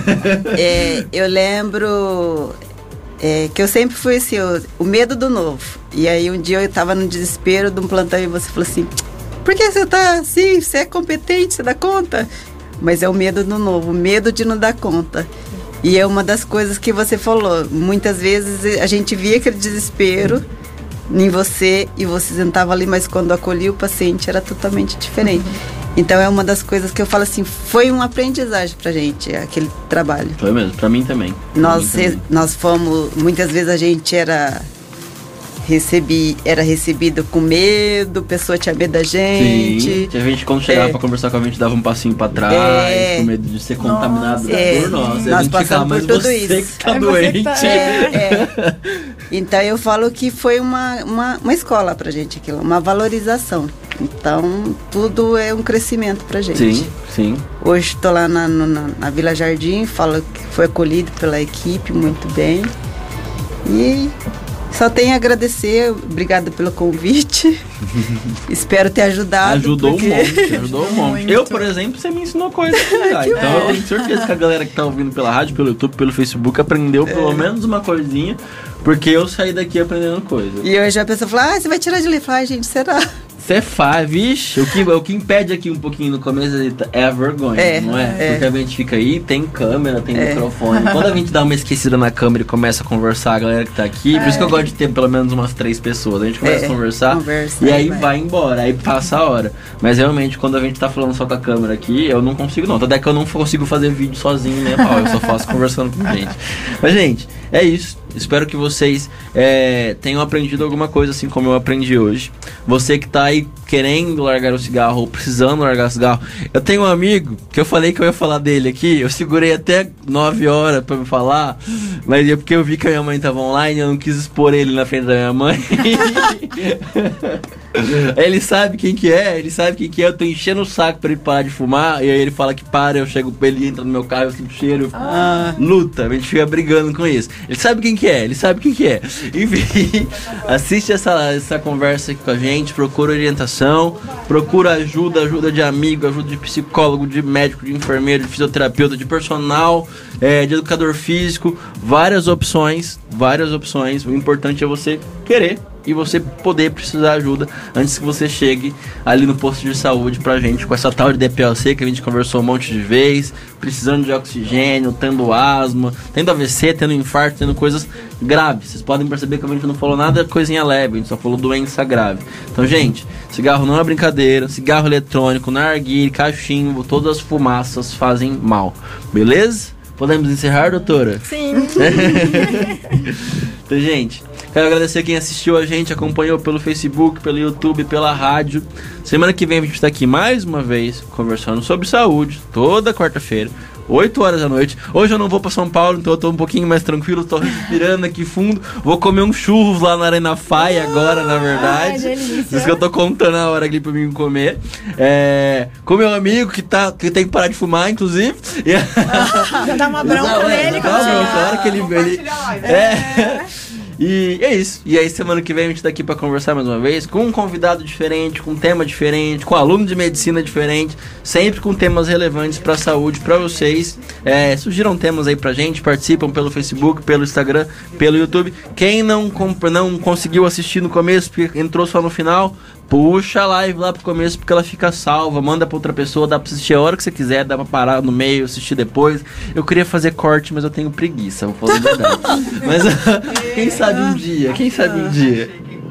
É, eu lembro é, que eu sempre fui assim, o, o medo do novo. E aí um dia eu tava no desespero de um plantão e você falou assim, por que você tá assim? Você é competente, você dá conta? Mas é o medo do novo, o medo de não dar conta. E é uma das coisas que você falou. Muitas vezes a gente via aquele desespero em você e você sentava ali, mas quando acolhia o paciente era totalmente diferente. Então é uma das coisas que eu falo assim, foi uma aprendizagem pra gente, aquele trabalho. Foi mesmo, pra mim também. Pra nós, mim também. nós fomos, muitas vezes a gente era... Recebi, era recebido com medo, a pessoa tinha medo da gente. Sim, a gente quando chegava é. pra conversar com a gente dava um passinho pra trás, é. com medo de ser contaminado Nossa, é. por nós. Nós a gente passamos ficava, por tudo isso. Que tá é doente. Que tá... é, é. Então eu falo que foi uma, uma, uma escola pra gente aquilo, uma valorização. Então tudo é um crescimento pra gente. Sim, sim. Hoje estou lá na, na, na Vila Jardim, falo que foi acolhido pela equipe muito bem. E... só tenho a agradecer, obrigada pelo convite. Espero ter ajudado. Ajudou porque... um monte, ajudou um monte. Eu, por exemplo, você me ensinou coisas. Então eu tenho certeza que a galera que tá ouvindo pela rádio, pelo YouTube, pelo Facebook, aprendeu pelo é. menos uma coisinha, porque eu saí daqui aprendendo coisa. E hoje a pessoa fala, ah, você vai tirar de ler. Fala, ah, gente, será? Você faz, vixe. O que, o que impede aqui um pouquinho no começo é a vergonha, é, não é? é? Porque a gente fica aí, tem câmera, tem é. microfone. Quando a gente dá uma esquecida na câmera e começa a conversar, a galera que tá aqui, é. por isso que eu gosto de ter pelo menos umas três pessoas. A gente começa é. a conversar Conversa, e aí vai. vai embora, aí passa a hora. Mas realmente, quando a gente tá falando só com a câmera aqui, eu não consigo não. Até que eu não consigo fazer vídeo sozinho, né, Paulo? Eu só faço conversando com gente. Mas, gente, é isso. Espero que vocês é, tenham aprendido alguma coisa, assim como eu aprendi hoje. Você que tá aí querendo largar o cigarro ou precisando largar o cigarro. Eu tenho um amigo que eu falei que eu ia falar dele aqui. Eu segurei até nove horas pra me falar. Mas é porque eu vi que a minha mãe tava online e eu não quis expor ele na frente da minha mãe. Ele sabe quem que é, ele sabe quem que é. Eu tô enchendo o saco pra ele parar de fumar. E aí ele fala que para, eu chego pra ele, entra no meu carro, eu sinto cheiro. Ah. Luta, a gente fica brigando com isso. Ele sabe quem que é, ele sabe quem que é. Enfim, assiste essa, essa conversa aqui com a gente, procura orientação, procura ajuda, ajuda de amigo, ajuda de psicólogo, de médico, de enfermeiro, de fisioterapeuta, de personal, é, de educador físico. Várias opções, várias opções. O importante é você querer e você poder precisar de ajuda antes que você chegue ali no posto de saúde pra gente com essa tal de D P O C que a gente conversou um monte de vezes, precisando de oxigênio, tendo asma, tendo A V C, tendo infarto, tendo coisas graves. Vocês podem perceber que a gente não falou nada coisinha leve, a gente só falou doença grave. Então, gente, cigarro não é brincadeira, cigarro eletrônico, narguilé, cachimbo, todas as fumaças fazem mal. Beleza? Podemos encerrar, doutora? Sim. Então, gente, quero agradecer quem assistiu a gente, acompanhou pelo Facebook, pelo YouTube, pela rádio. Semana que vem a gente está aqui mais uma vez conversando sobre saúde, toda quarta-feira, oito horas da noite. Hoje eu não vou para São Paulo, então eu tô um pouquinho mais tranquilo, tô respirando aqui fundo. Vou comer um churros lá na Arena Fai agora, na verdade. Ai, delícia. Isso que eu tô contando a hora ali pra mim comer. É, com meu amigo que, tá, que tem que parar de fumar, inclusive. Já dá uma bronca não, nele. Dá uma bronca, a hora que ele... ele é... E é isso. E aí semana que vem a gente tá aqui pra conversar mais uma vez com um convidado diferente, com um tema diferente, com um aluno de medicina diferente, sempre com temas relevantes pra saúde, pra vocês. É, sugiram temas aí pra gente, participam pelo Facebook, pelo Instagram, pelo YouTube. Quem não, comp- não conseguiu assistir no começo, porque entrou só no final, puxa a live lá pro começo, porque ela fica salva, manda pra outra pessoa, dá pra assistir a hora que você quiser, dá pra parar no meio, assistir depois. Eu queria fazer corte, mas eu tenho preguiça, vou falar a verdade. Mas quem sabe um dia, quem sabe um dia.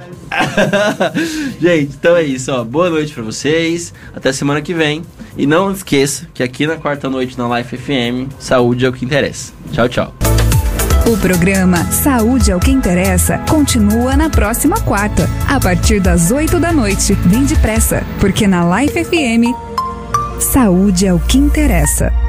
Gente, então é isso, ó. Boa noite pra vocês, até semana que vem. E não esqueça que aqui na quarta noite na Life F M, saúde é o que interessa. Tchau, tchau. O programa Saúde é o que Interessa continua na próxima quarta, a partir das oito da noite. Vem depressa, porque na Life F M, saúde é o que interessa.